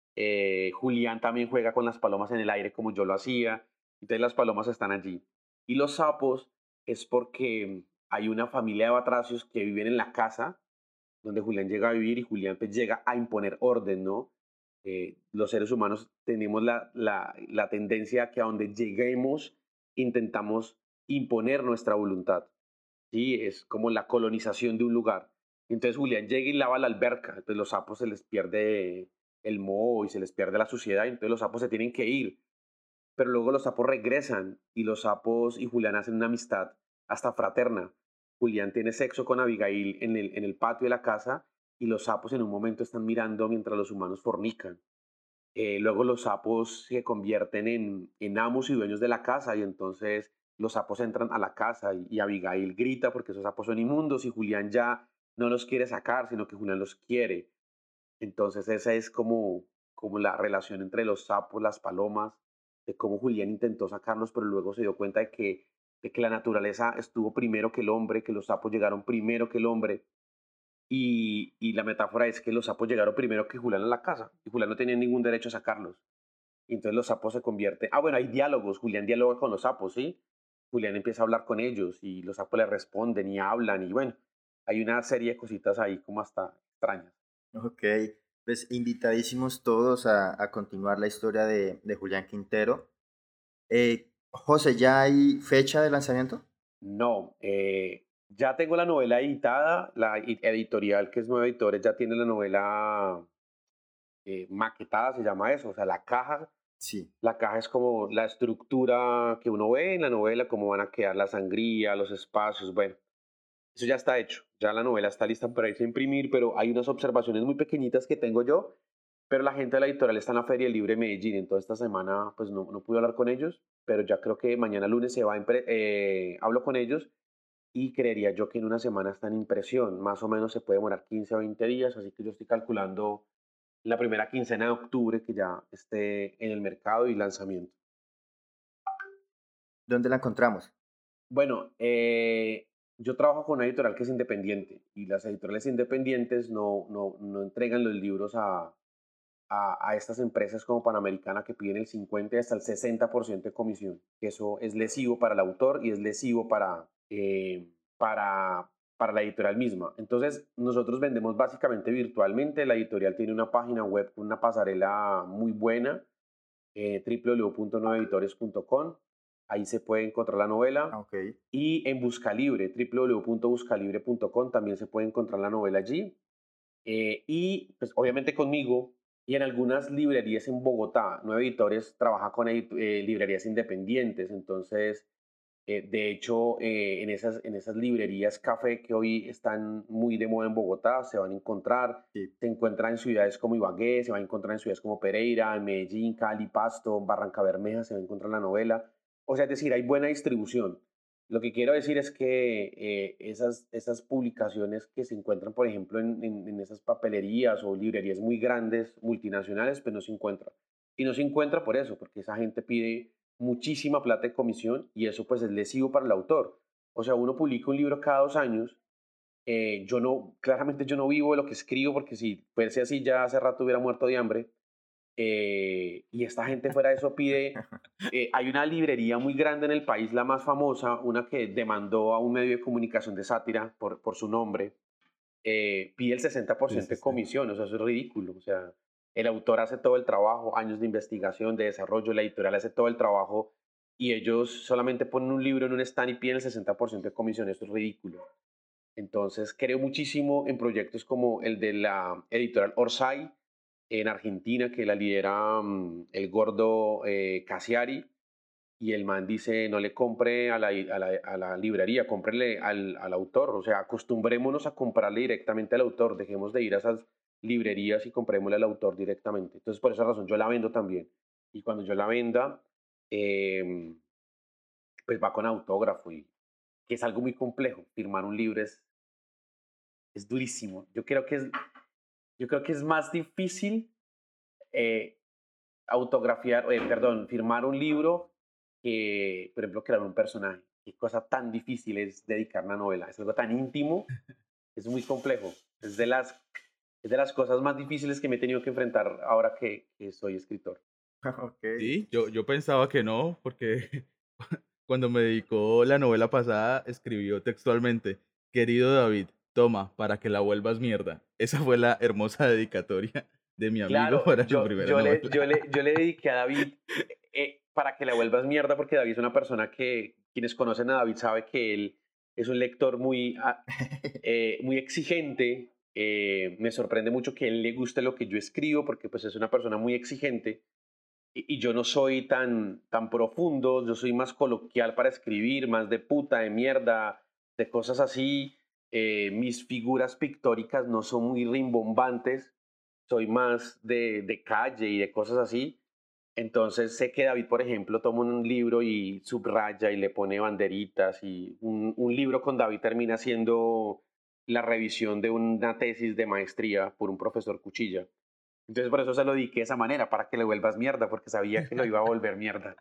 Julián también juega con las palomas en el aire como yo lo hacía, entonces las palomas están allí. Y los sapos es porque hay una familia de batracios que viven en la casa donde Julián llega a vivir y Julián pues llega a imponer orden, ¿no? Los seres humanos tenemos la tendencia a que a donde lleguemos intentamos imponer nuestra voluntad, ¿sí? Es como la colonización de un lugar. Entonces Julián llega y lava la alberca, entonces los sapos se les pierde el moho y se les pierde la suciedad, entonces los sapos se tienen que ir, pero luego los sapos regresan y los sapos y Julián hacen una amistad hasta fraterna. Julián tiene sexo con Abigail en el patio de la casa y los sapos en un momento están mirando mientras los humanos fornican. Luego los sapos se convierten en amos y dueños de la casa y entonces los sapos entran a la casa y Abigail grita porque esos sapos son inmundos y Julián ya no los quiere sacar, sino que Julián los quiere. Entonces esa es como la relación entre los sapos, las palomas, de cómo Julián intentó sacarlos, pero luego se dio cuenta de que la naturaleza estuvo primero que el hombre, que los sapos llegaron primero que el hombre. Y la metáfora es que los sapos llegaron primero que Julián a la casa y Julián no tenía ningún derecho a sacarlos. Y entonces los sapos se convierten... Ah, bueno, hay diálogos. Julián dialoga con los sapos, ¿sí? Julián empieza a hablar con ellos y los sapos le responden y hablan y bueno, hay una serie de cositas ahí como hasta extrañas. Ok, pues invitadísimos todos a continuar la historia de Julián Quintero. José, ¿ya hay fecha de lanzamiento? No, ya tengo la novela editada, editorial que es Nueva Editores ya tiene la novela maquetada, se llama eso, o sea, Sí. la caja es como la estructura que uno ve en la novela, cómo van a quedar la sangría, los espacios, bueno, eso ya está hecho, ya la novela está lista para irse a imprimir, pero hay unas observaciones muy pequeñitas que tengo yo, pero la gente de la editorial está en la Feria Libre de Medellín, entonces esta semana pues no pude hablar con ellos, pero ya creo que mañana lunes hablo con ellos y creería yo que en una semana está en impresión. Más o menos se puede demorar 15 o 20 días, así que yo estoy calculando la primera quincena de octubre que ya esté en el mercado y lanzamiento. ¿Dónde la encontramos? Bueno, yo trabajo con una editorial que es independiente y las editoriales independientes no entregan los libros a estas empresas como Panamericana que piden el 50 y hasta el 60% de comisión. Eso es lesivo para el autor y es lesivo para la editorial misma. Entonces, nosotros vendemos básicamente virtualmente. La editorial tiene una página web, una pasarela muy buena, www.nueveditores.com. Ahí se puede encontrar la novela. Ok. Y en Buscalibre, www.buscalibre.com, también se puede encontrar la novela allí. Y pues obviamente conmigo y en algunas librerías en Bogotá. Nueve Editores trabaja con librerías independientes, entonces de hecho en esas librerías café que hoy están muy de moda en Bogotá se van a encontrar, Sí. se encuentran en ciudades como Ibagué, se va a encontrar en ciudades como Pereira, en Medellín, Cali, Pasto, Barranca Bermeja, se va a encontrar la novela. O sea, es decir, hay buena distribución. Lo que quiero decir es que esas publicaciones que se encuentran, por ejemplo, en esas papelerías o librerías muy grandes, multinacionales, pues no se encuentran. Y no se encuentra por eso, porque esa gente pide muchísima plata de comisión y eso pues es lesivo para el autor. O sea, uno publica un libro cada 2 años. Claramente yo no vivo de lo que escribo, porque si fuese así ya hace rato hubiera muerto de hambre. Y esta gente fuera de eso pide, hay una librería muy grande en el país, la más famosa, una que demandó a un medio de comunicación de sátira por su nombre, pide el Sí, 60% sí, de sí. comisión. O sea, eso es ridículo. O sea, el autor hace todo el trabajo, años de investigación, de desarrollo, la editorial hace todo el trabajo y ellos solamente ponen un libro en un stand y piden el 60% de comisión. Esto es ridículo. Entonces, creo muchísimo en proyectos como el de la editorial Orsay en Argentina, que la lidera el gordo Casiari, y el man dice, no le compre a la librería, cómprele al autor. O sea, acostumbrémonos a comprarle directamente al autor, dejemos de ir a esas librerías y comprémosle al autor directamente. Entonces, por esa razón, yo la vendo también. Y cuando yo la venda, eh, pues va con autógrafo, y que es algo muy complejo. Firmar un libro es durísimo. Yo creo que es más difícil eh, firmar un libro que, por ejemplo, crear un personaje. Qué cosa tan difícil es dedicar una novela. Es algo tan íntimo, es muy complejo. Es de las cosas más difíciles que me he tenido que enfrentar ahora que soy escritor. Ok. Sí, yo pensaba que no, porque cuando me dedicó la novela pasada, escribió textualmente, querido David, toma, para que la vuelvas mierda. Esa fue la hermosa dedicatoria de mi amigo Claro, para su yo, primera yo, le, novela. yo, le, yo le dediqué a David para que la vuelvas mierda, porque David es una persona que, quienes conocen a David sabe que él es un lector muy exigente. Me sorprende mucho que a él le guste lo que yo escribo, porque pues es una persona muy exigente y yo no soy tan profundo. Yo soy más coloquial para escribir, más de puta, de mierda, de cosas así. Mis figuras pictóricas no son muy rimbombantes, soy más de calle y de cosas así. Entonces sé que David, por ejemplo, toma un libro y subraya y le pone banderitas, y un libro con David termina siendo la revisión de una tesis de maestría por un profesor Cuchilla. Entonces por eso se lo dediqué de esa manera, para que le vuelvas mierda, porque sabía que lo iba a volver mierda.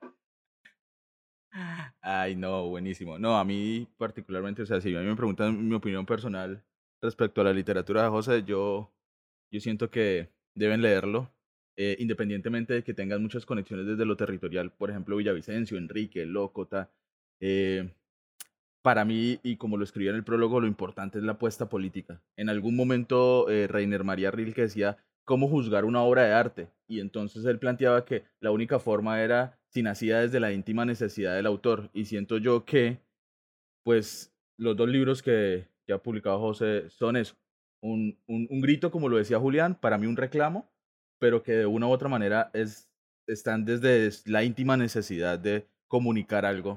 Ay, no, buenísimo. No, a mí particularmente, o sea, si a mí me preguntan mi opinión personal respecto a la literatura de José, yo siento que deben leerlo, independientemente de que tengan muchas conexiones desde lo territorial, por ejemplo, Villavicencio, Enrique, Lócota. eh, para mí, y como lo escribí en el prólogo, lo importante es la apuesta política. En algún momento, Rainer María Rilke decía, ¿cómo juzgar una obra de arte? Y entonces él planteaba que la única forma era si nacía desde la íntima necesidad del autor. Y siento yo que, pues, los dos libros que ha publicado José son eso. Un grito, como lo decía Julián, para mí un reclamo, pero que de una u otra manera están desde la íntima necesidad de comunicar algo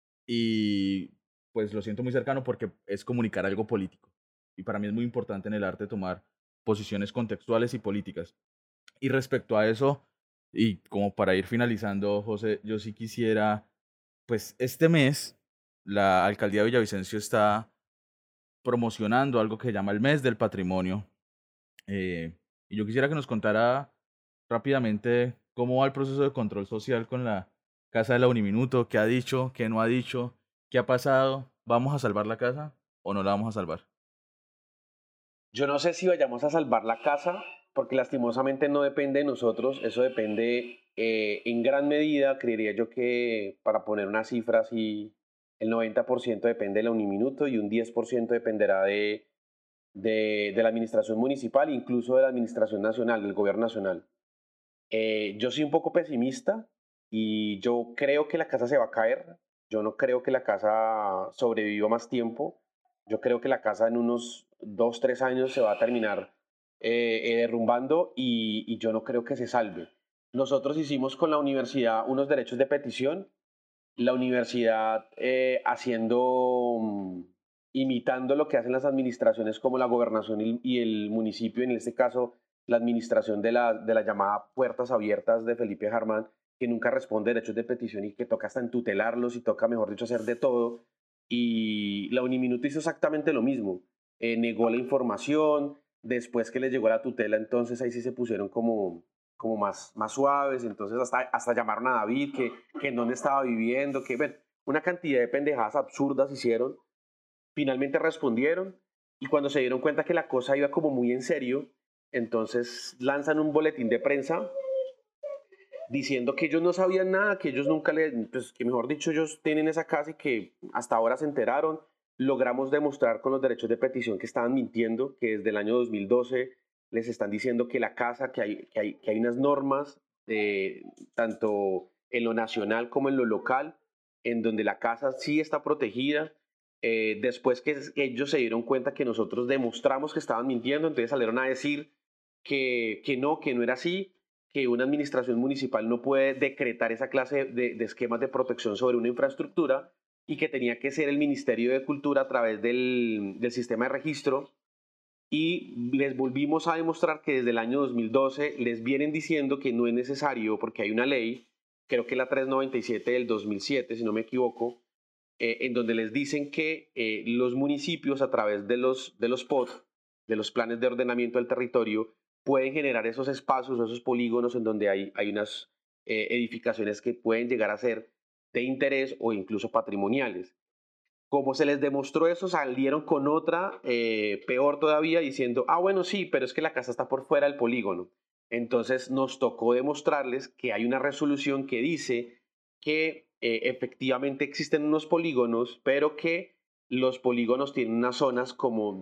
y pues lo siento muy cercano porque es comunicar algo político. Y para mí es muy importante en el arte tomar posiciones contextuales y políticas. Y respecto a eso, y como para ir finalizando, José, yo sí quisiera, pues este mes la alcaldía de Villavicencio está promocionando algo que se llama el mes del patrimonio. Y yo quisiera que nos contara rápidamente cómo va el proceso de control social con la casa de la Uniminuto, qué ha dicho, qué no ha dicho, qué ha pasado, ¿vamos a salvar la casa o no la vamos a salvar? Yo no sé si vayamos a salvar la casa, porque lastimosamente no depende de nosotros. Eso depende en gran medida, creería yo, que para poner una cifra así, el 90% depende de la Uniminuto y un 10% dependerá de la administración municipal, incluso de la administración nacional, del gobierno nacional. Yo soy un poco pesimista y yo creo que la casa se va a caer. Yo no creo que la casa sobreviva más tiempo. Yo creo que la casa en unos 2, 3 años se va a terminar derrumbando, y yo no creo que se salve. Nosotros hicimos con la universidad unos derechos de petición. La universidad imitando lo que hacen las administraciones como la gobernación y el municipio, en este caso la administración de la llamada Puertas Abiertas de Felipe Harman, que nunca responde a derechos de petición y que toca hasta entutelarlos y toca, mejor dicho, hacer de todo. y la Uniminuto hizo exactamente lo mismo. Negó la información, después que les llegó la tutela, entonces ahí sí se pusieron como más suaves, entonces hasta llamaron a David, que en dónde estaba viviendo, que bueno, una cantidad de pendejadas absurdas hicieron. Finalmente respondieron y cuando se dieron cuenta que la cosa iba como muy en serio, entonces lanzan un boletín de prensa diciendo que ellos no sabían nada, que ellos nunca pues que mejor dicho, ellos tienen esa casa y que hasta ahora se enteraron. Logramos demostrar con los derechos de petición que estaban mintiendo, que desde el año 2012 les están diciendo que la casa, que hay unas normas, tanto en lo nacional como en lo local, en donde la casa sí está protegida. Después que ellos se dieron cuenta que nosotros demostramos que estaban mintiendo, entonces salieron a decir que no era así, que una administración municipal no puede decretar esa clase de esquemas de protección sobre una infraestructura y que tenía que ser el Ministerio de Cultura a través del sistema de registro. Y les volvimos a demostrar que desde el año 2012 les vienen diciendo que no es necesario porque hay una ley, creo que la 397 del 2007, si no me equivoco, en donde les dicen que los municipios a través de los POT, de los planes de ordenamiento del territorio, pueden generar esos espacios, esos polígonos en donde hay unas edificaciones que pueden llegar a ser de interés o incluso patrimoniales. Como se les demostró eso, salieron con otra, peor todavía, diciendo, bueno, sí, pero es que la casa está por fuera del polígono. Entonces nos tocó demostrarles que hay una resolución que dice que efectivamente existen unos polígonos, pero que los polígonos tienen unas zonas como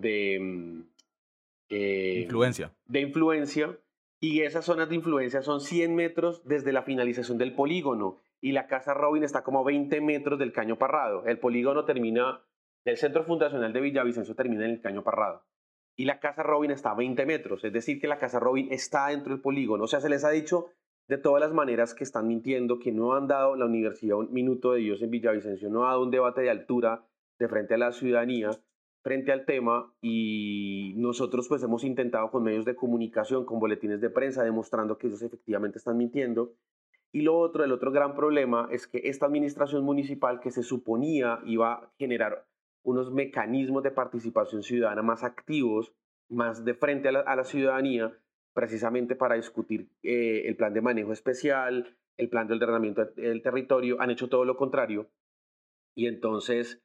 Influencia. de influencia, y esas zonas de influencia son 100 metros desde la finalización del polígono, y la casa Robin está como a 20 metros del Caño Parrado. El polígono termina, el centro fundacional de Villavicencio termina en el Caño Parrado, y la casa Robin está a 20 metros, es decir, que la casa Robin está dentro del polígono. O sea, se les ha dicho de todas las maneras que están mintiendo, que no han dado la Universidad Un Minuto de Dios en Villavicencio, no ha dado un debate de altura de frente a la ciudadanía frente al tema, y nosotros pues hemos intentado con medios de comunicación, con boletines de prensa, demostrando que ellos efectivamente están mintiendo. Y el otro gran problema es que esta administración municipal, que se suponía iba a generar unos mecanismos de participación ciudadana más activos, más de frente a la ciudadanía, precisamente para discutir el plan de manejo especial, el plan de ordenamiento del territorio, han hecho todo lo contrario. Y entonces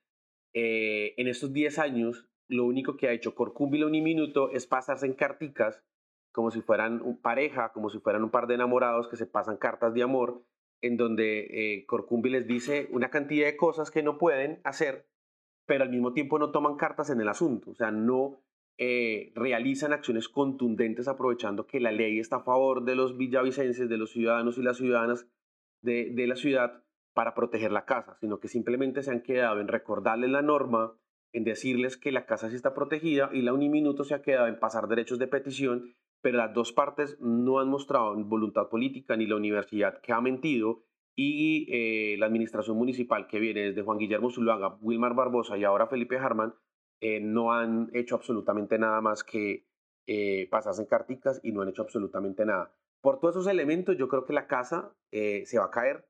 en estos 10 años, lo único que ha hecho Corcumbila Uniminuto es pasarse en carticas, como si fueran pareja, como si fueran un par de enamorados que se pasan cartas de amor, en donde Corcumbi les dice una cantidad de cosas que no pueden hacer, pero al mismo tiempo no toman cartas en el asunto, o sea, no realizan acciones contundentes aprovechando que la ley está a favor de los villavicenses, de los ciudadanos y las ciudadanas de la ciudad, para proteger la casa, sino que simplemente se han quedado en recordarles la norma, en decirles que la casa sí está protegida, y la Uniminuto se ha quedado en pasar derechos de petición, pero las dos partes no han mostrado voluntad política, ni la universidad, que ha mentido, y la administración municipal, que viene desde Juan Guillermo Zuluaga, Wilmar Barbosa y ahora Felipe Harman, no han hecho absolutamente nada más que pasarse en carticas, y no han hecho absolutamente nada. Por todos esos elementos, yo creo que la casa se va a caer.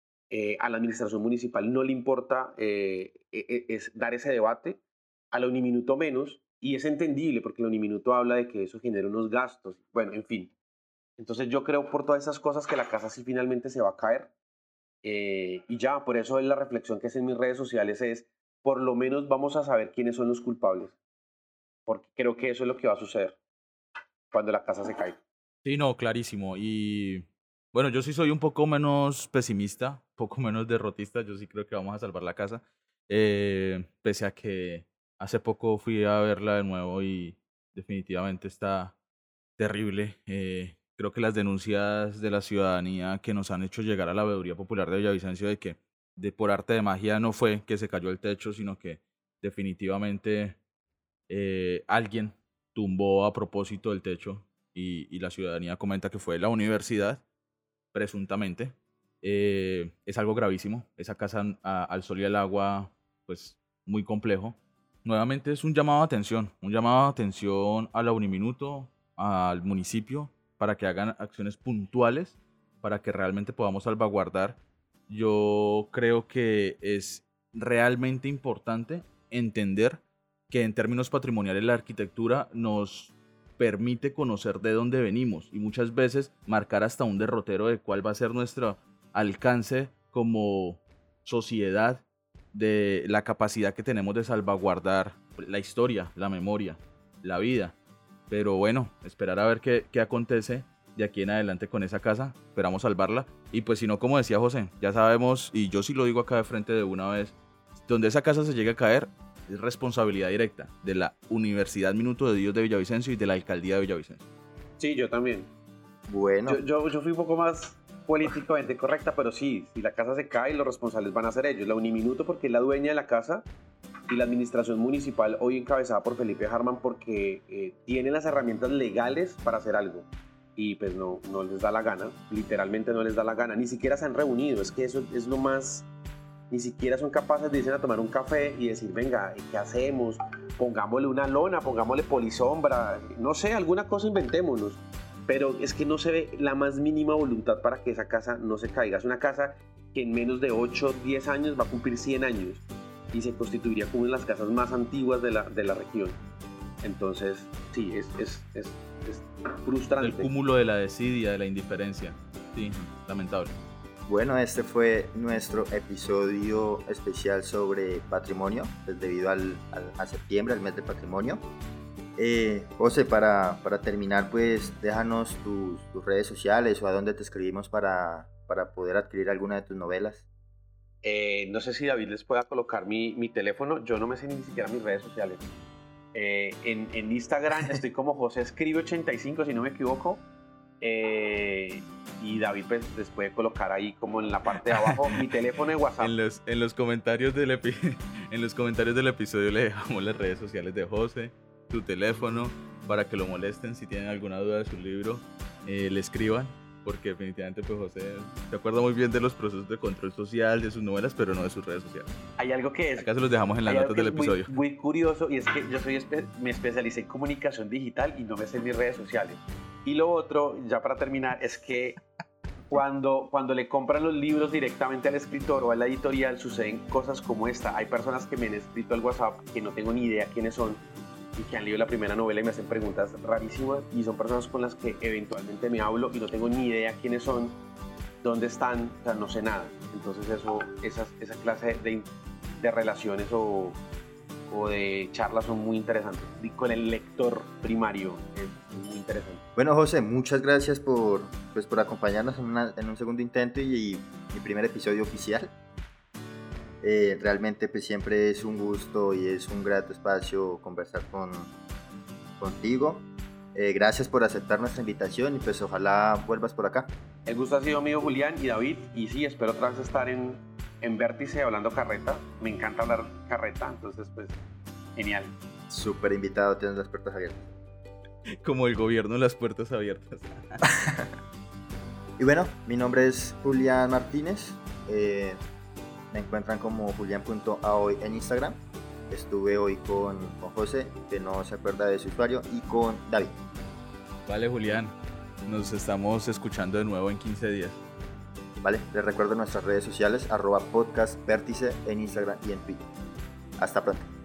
A la administración municipal no le importa es dar ese debate, a la Uniminuto menos, y es entendible porque la Uniminuto habla de que eso genera unos gastos, bueno, en fin. Entonces yo creo por todas esas cosas que la casa sí finalmente se va a caer, y ya, por eso es la reflexión que hice en mis redes sociales, es por lo menos vamos a saber quiénes son los culpables, porque creo que eso es lo que va a suceder cuando la casa se caiga. Sí, no, clarísimo. Y bueno, yo sí soy un poco menos pesimista, un poco menos derrotista. Yo sí creo que vamos a salvar la casa. Pese a que hace poco fui a verla de nuevo y definitivamente está terrible. Creo que las denuncias de la ciudadanía que nos han hecho llegar a la Veeduría Popular de Villavicencio de que por arte de magia no fue que se cayó el techo, sino que definitivamente alguien tumbó a propósito el techo, y la ciudadanía comenta que fue la universidad, presuntamente. Es algo gravísimo. Esa casa al sol y al agua, pues muy complejo. Nuevamente es un llamado de atención a la Uniminuto, al municipio, para que hagan acciones puntuales, para que realmente podamos salvaguardar. Yo creo que es realmente importante entender que en términos patrimoniales la arquitectura nos permite conocer de dónde venimos y muchas veces marcar hasta un derrotero de cuál va a ser nuestro alcance como sociedad, de la capacidad que tenemos de salvaguardar la historia, la memoria, la vida. Pero bueno, esperar a ver qué acontece de aquí en adelante con esa casa. Esperamos salvarla. Y pues si no, como decía José, ya sabemos, y yo sí lo digo acá de frente de una vez, donde esa casa se llegue a caer es responsabilidad directa de la Universidad Minuto de Dios de Villavicencio y de la Alcaldía de Villavicencio. Sí, yo también. Bueno, Yo fui un poco más políticamente correcta, pero sí, si la casa se cae, los responsables van a ser ellos. La Uniminuto, porque es la dueña de la casa, y la administración municipal, hoy encabezada por Felipe Harman, porque tiene las herramientas legales para hacer algo. Y pues no les da la gana, literalmente no les da la gana. Ni siquiera se han reunido, es que eso es lo más... Ni siquiera son capaces de irse a tomar un café y decir, venga, ¿qué hacemos? Pongámosle una lona, pongámosle polisombra, no sé, alguna cosa inventémonos. Pero es que no se ve la más mínima voluntad para que esa casa no se caiga. Es una casa que en menos de 8, 10 años va a cumplir 100 años y se constituiría como una de las casas más antiguas de la región. Entonces, sí, es frustrante. El cúmulo de la desidia, de la indiferencia. Sí, lamentable. bueno, este fue nuestro episodio especial sobre patrimonio, pues debido a septiembre, al mes del patrimonio. José, para terminar, pues déjanos tus redes sociales o a dónde te escribimos para poder adquirir alguna de tus novelas. No sé si David les pueda colocar mi teléfono, yo no me sé ni siquiera mis redes sociales. En Instagram estoy como JoséEscribe85, si no me equivoco. Y David pues les puede colocar ahí como en la parte de abajo mi teléfono de WhatsApp. En los comentarios del episodio le dejamos las redes sociales de José, su teléfono, para que lo molesten si tienen alguna duda de su libro, le escriban, porque definitivamente pues José se acuerda muy bien de los procesos de control social, de sus novelas, pero no de sus redes sociales. Hay algo que es... Acá se los dejamos en las notas del episodio. Muy curioso, y es que yo me especialicé en comunicación digital y no me sé mis redes sociales. Y lo otro, ya para terminar, es que cuando le compran los libros directamente al escritor o a la editorial, suceden cosas como esta. Hay personas que me han escrito al WhatsApp que no tengo ni idea quiénes son y que han leído la primera novela y me hacen preguntas rarísimas, y son personas con las que eventualmente me hablo y no tengo ni idea quiénes son, dónde están, o sea, no sé nada. Entonces esa clase de relaciones o de charlas son muy interesantes, y con el lector primario es muy interesante. Bueno, José, muchas gracias por acompañarnos en un segundo intento y mi primer episodio oficial. Realmente pues siempre es un gusto y es un grato espacio conversar contigo. Gracias por aceptar nuestra invitación y pues ojalá vuelvas por acá. El gusto ha sido mío, Julián y David, y sí, espero otra vez estar en Vértice hablando carreta. Me encanta hablar carreta, entonces pues genial. Súper invitado, tienes las puertas abiertas. Como el gobierno, las puertas abiertas. Y bueno, mi nombre es Julián Martínez. Me encuentran como julian.aoy en Instagram. Estuve hoy con José, que no se acuerda de su usuario, y con David. Vale, Julián, nos estamos escuchando de nuevo en 15 días. Vale, les recuerdo nuestras redes sociales, @podcastvértice en Instagram y en Twitter. Hasta pronto.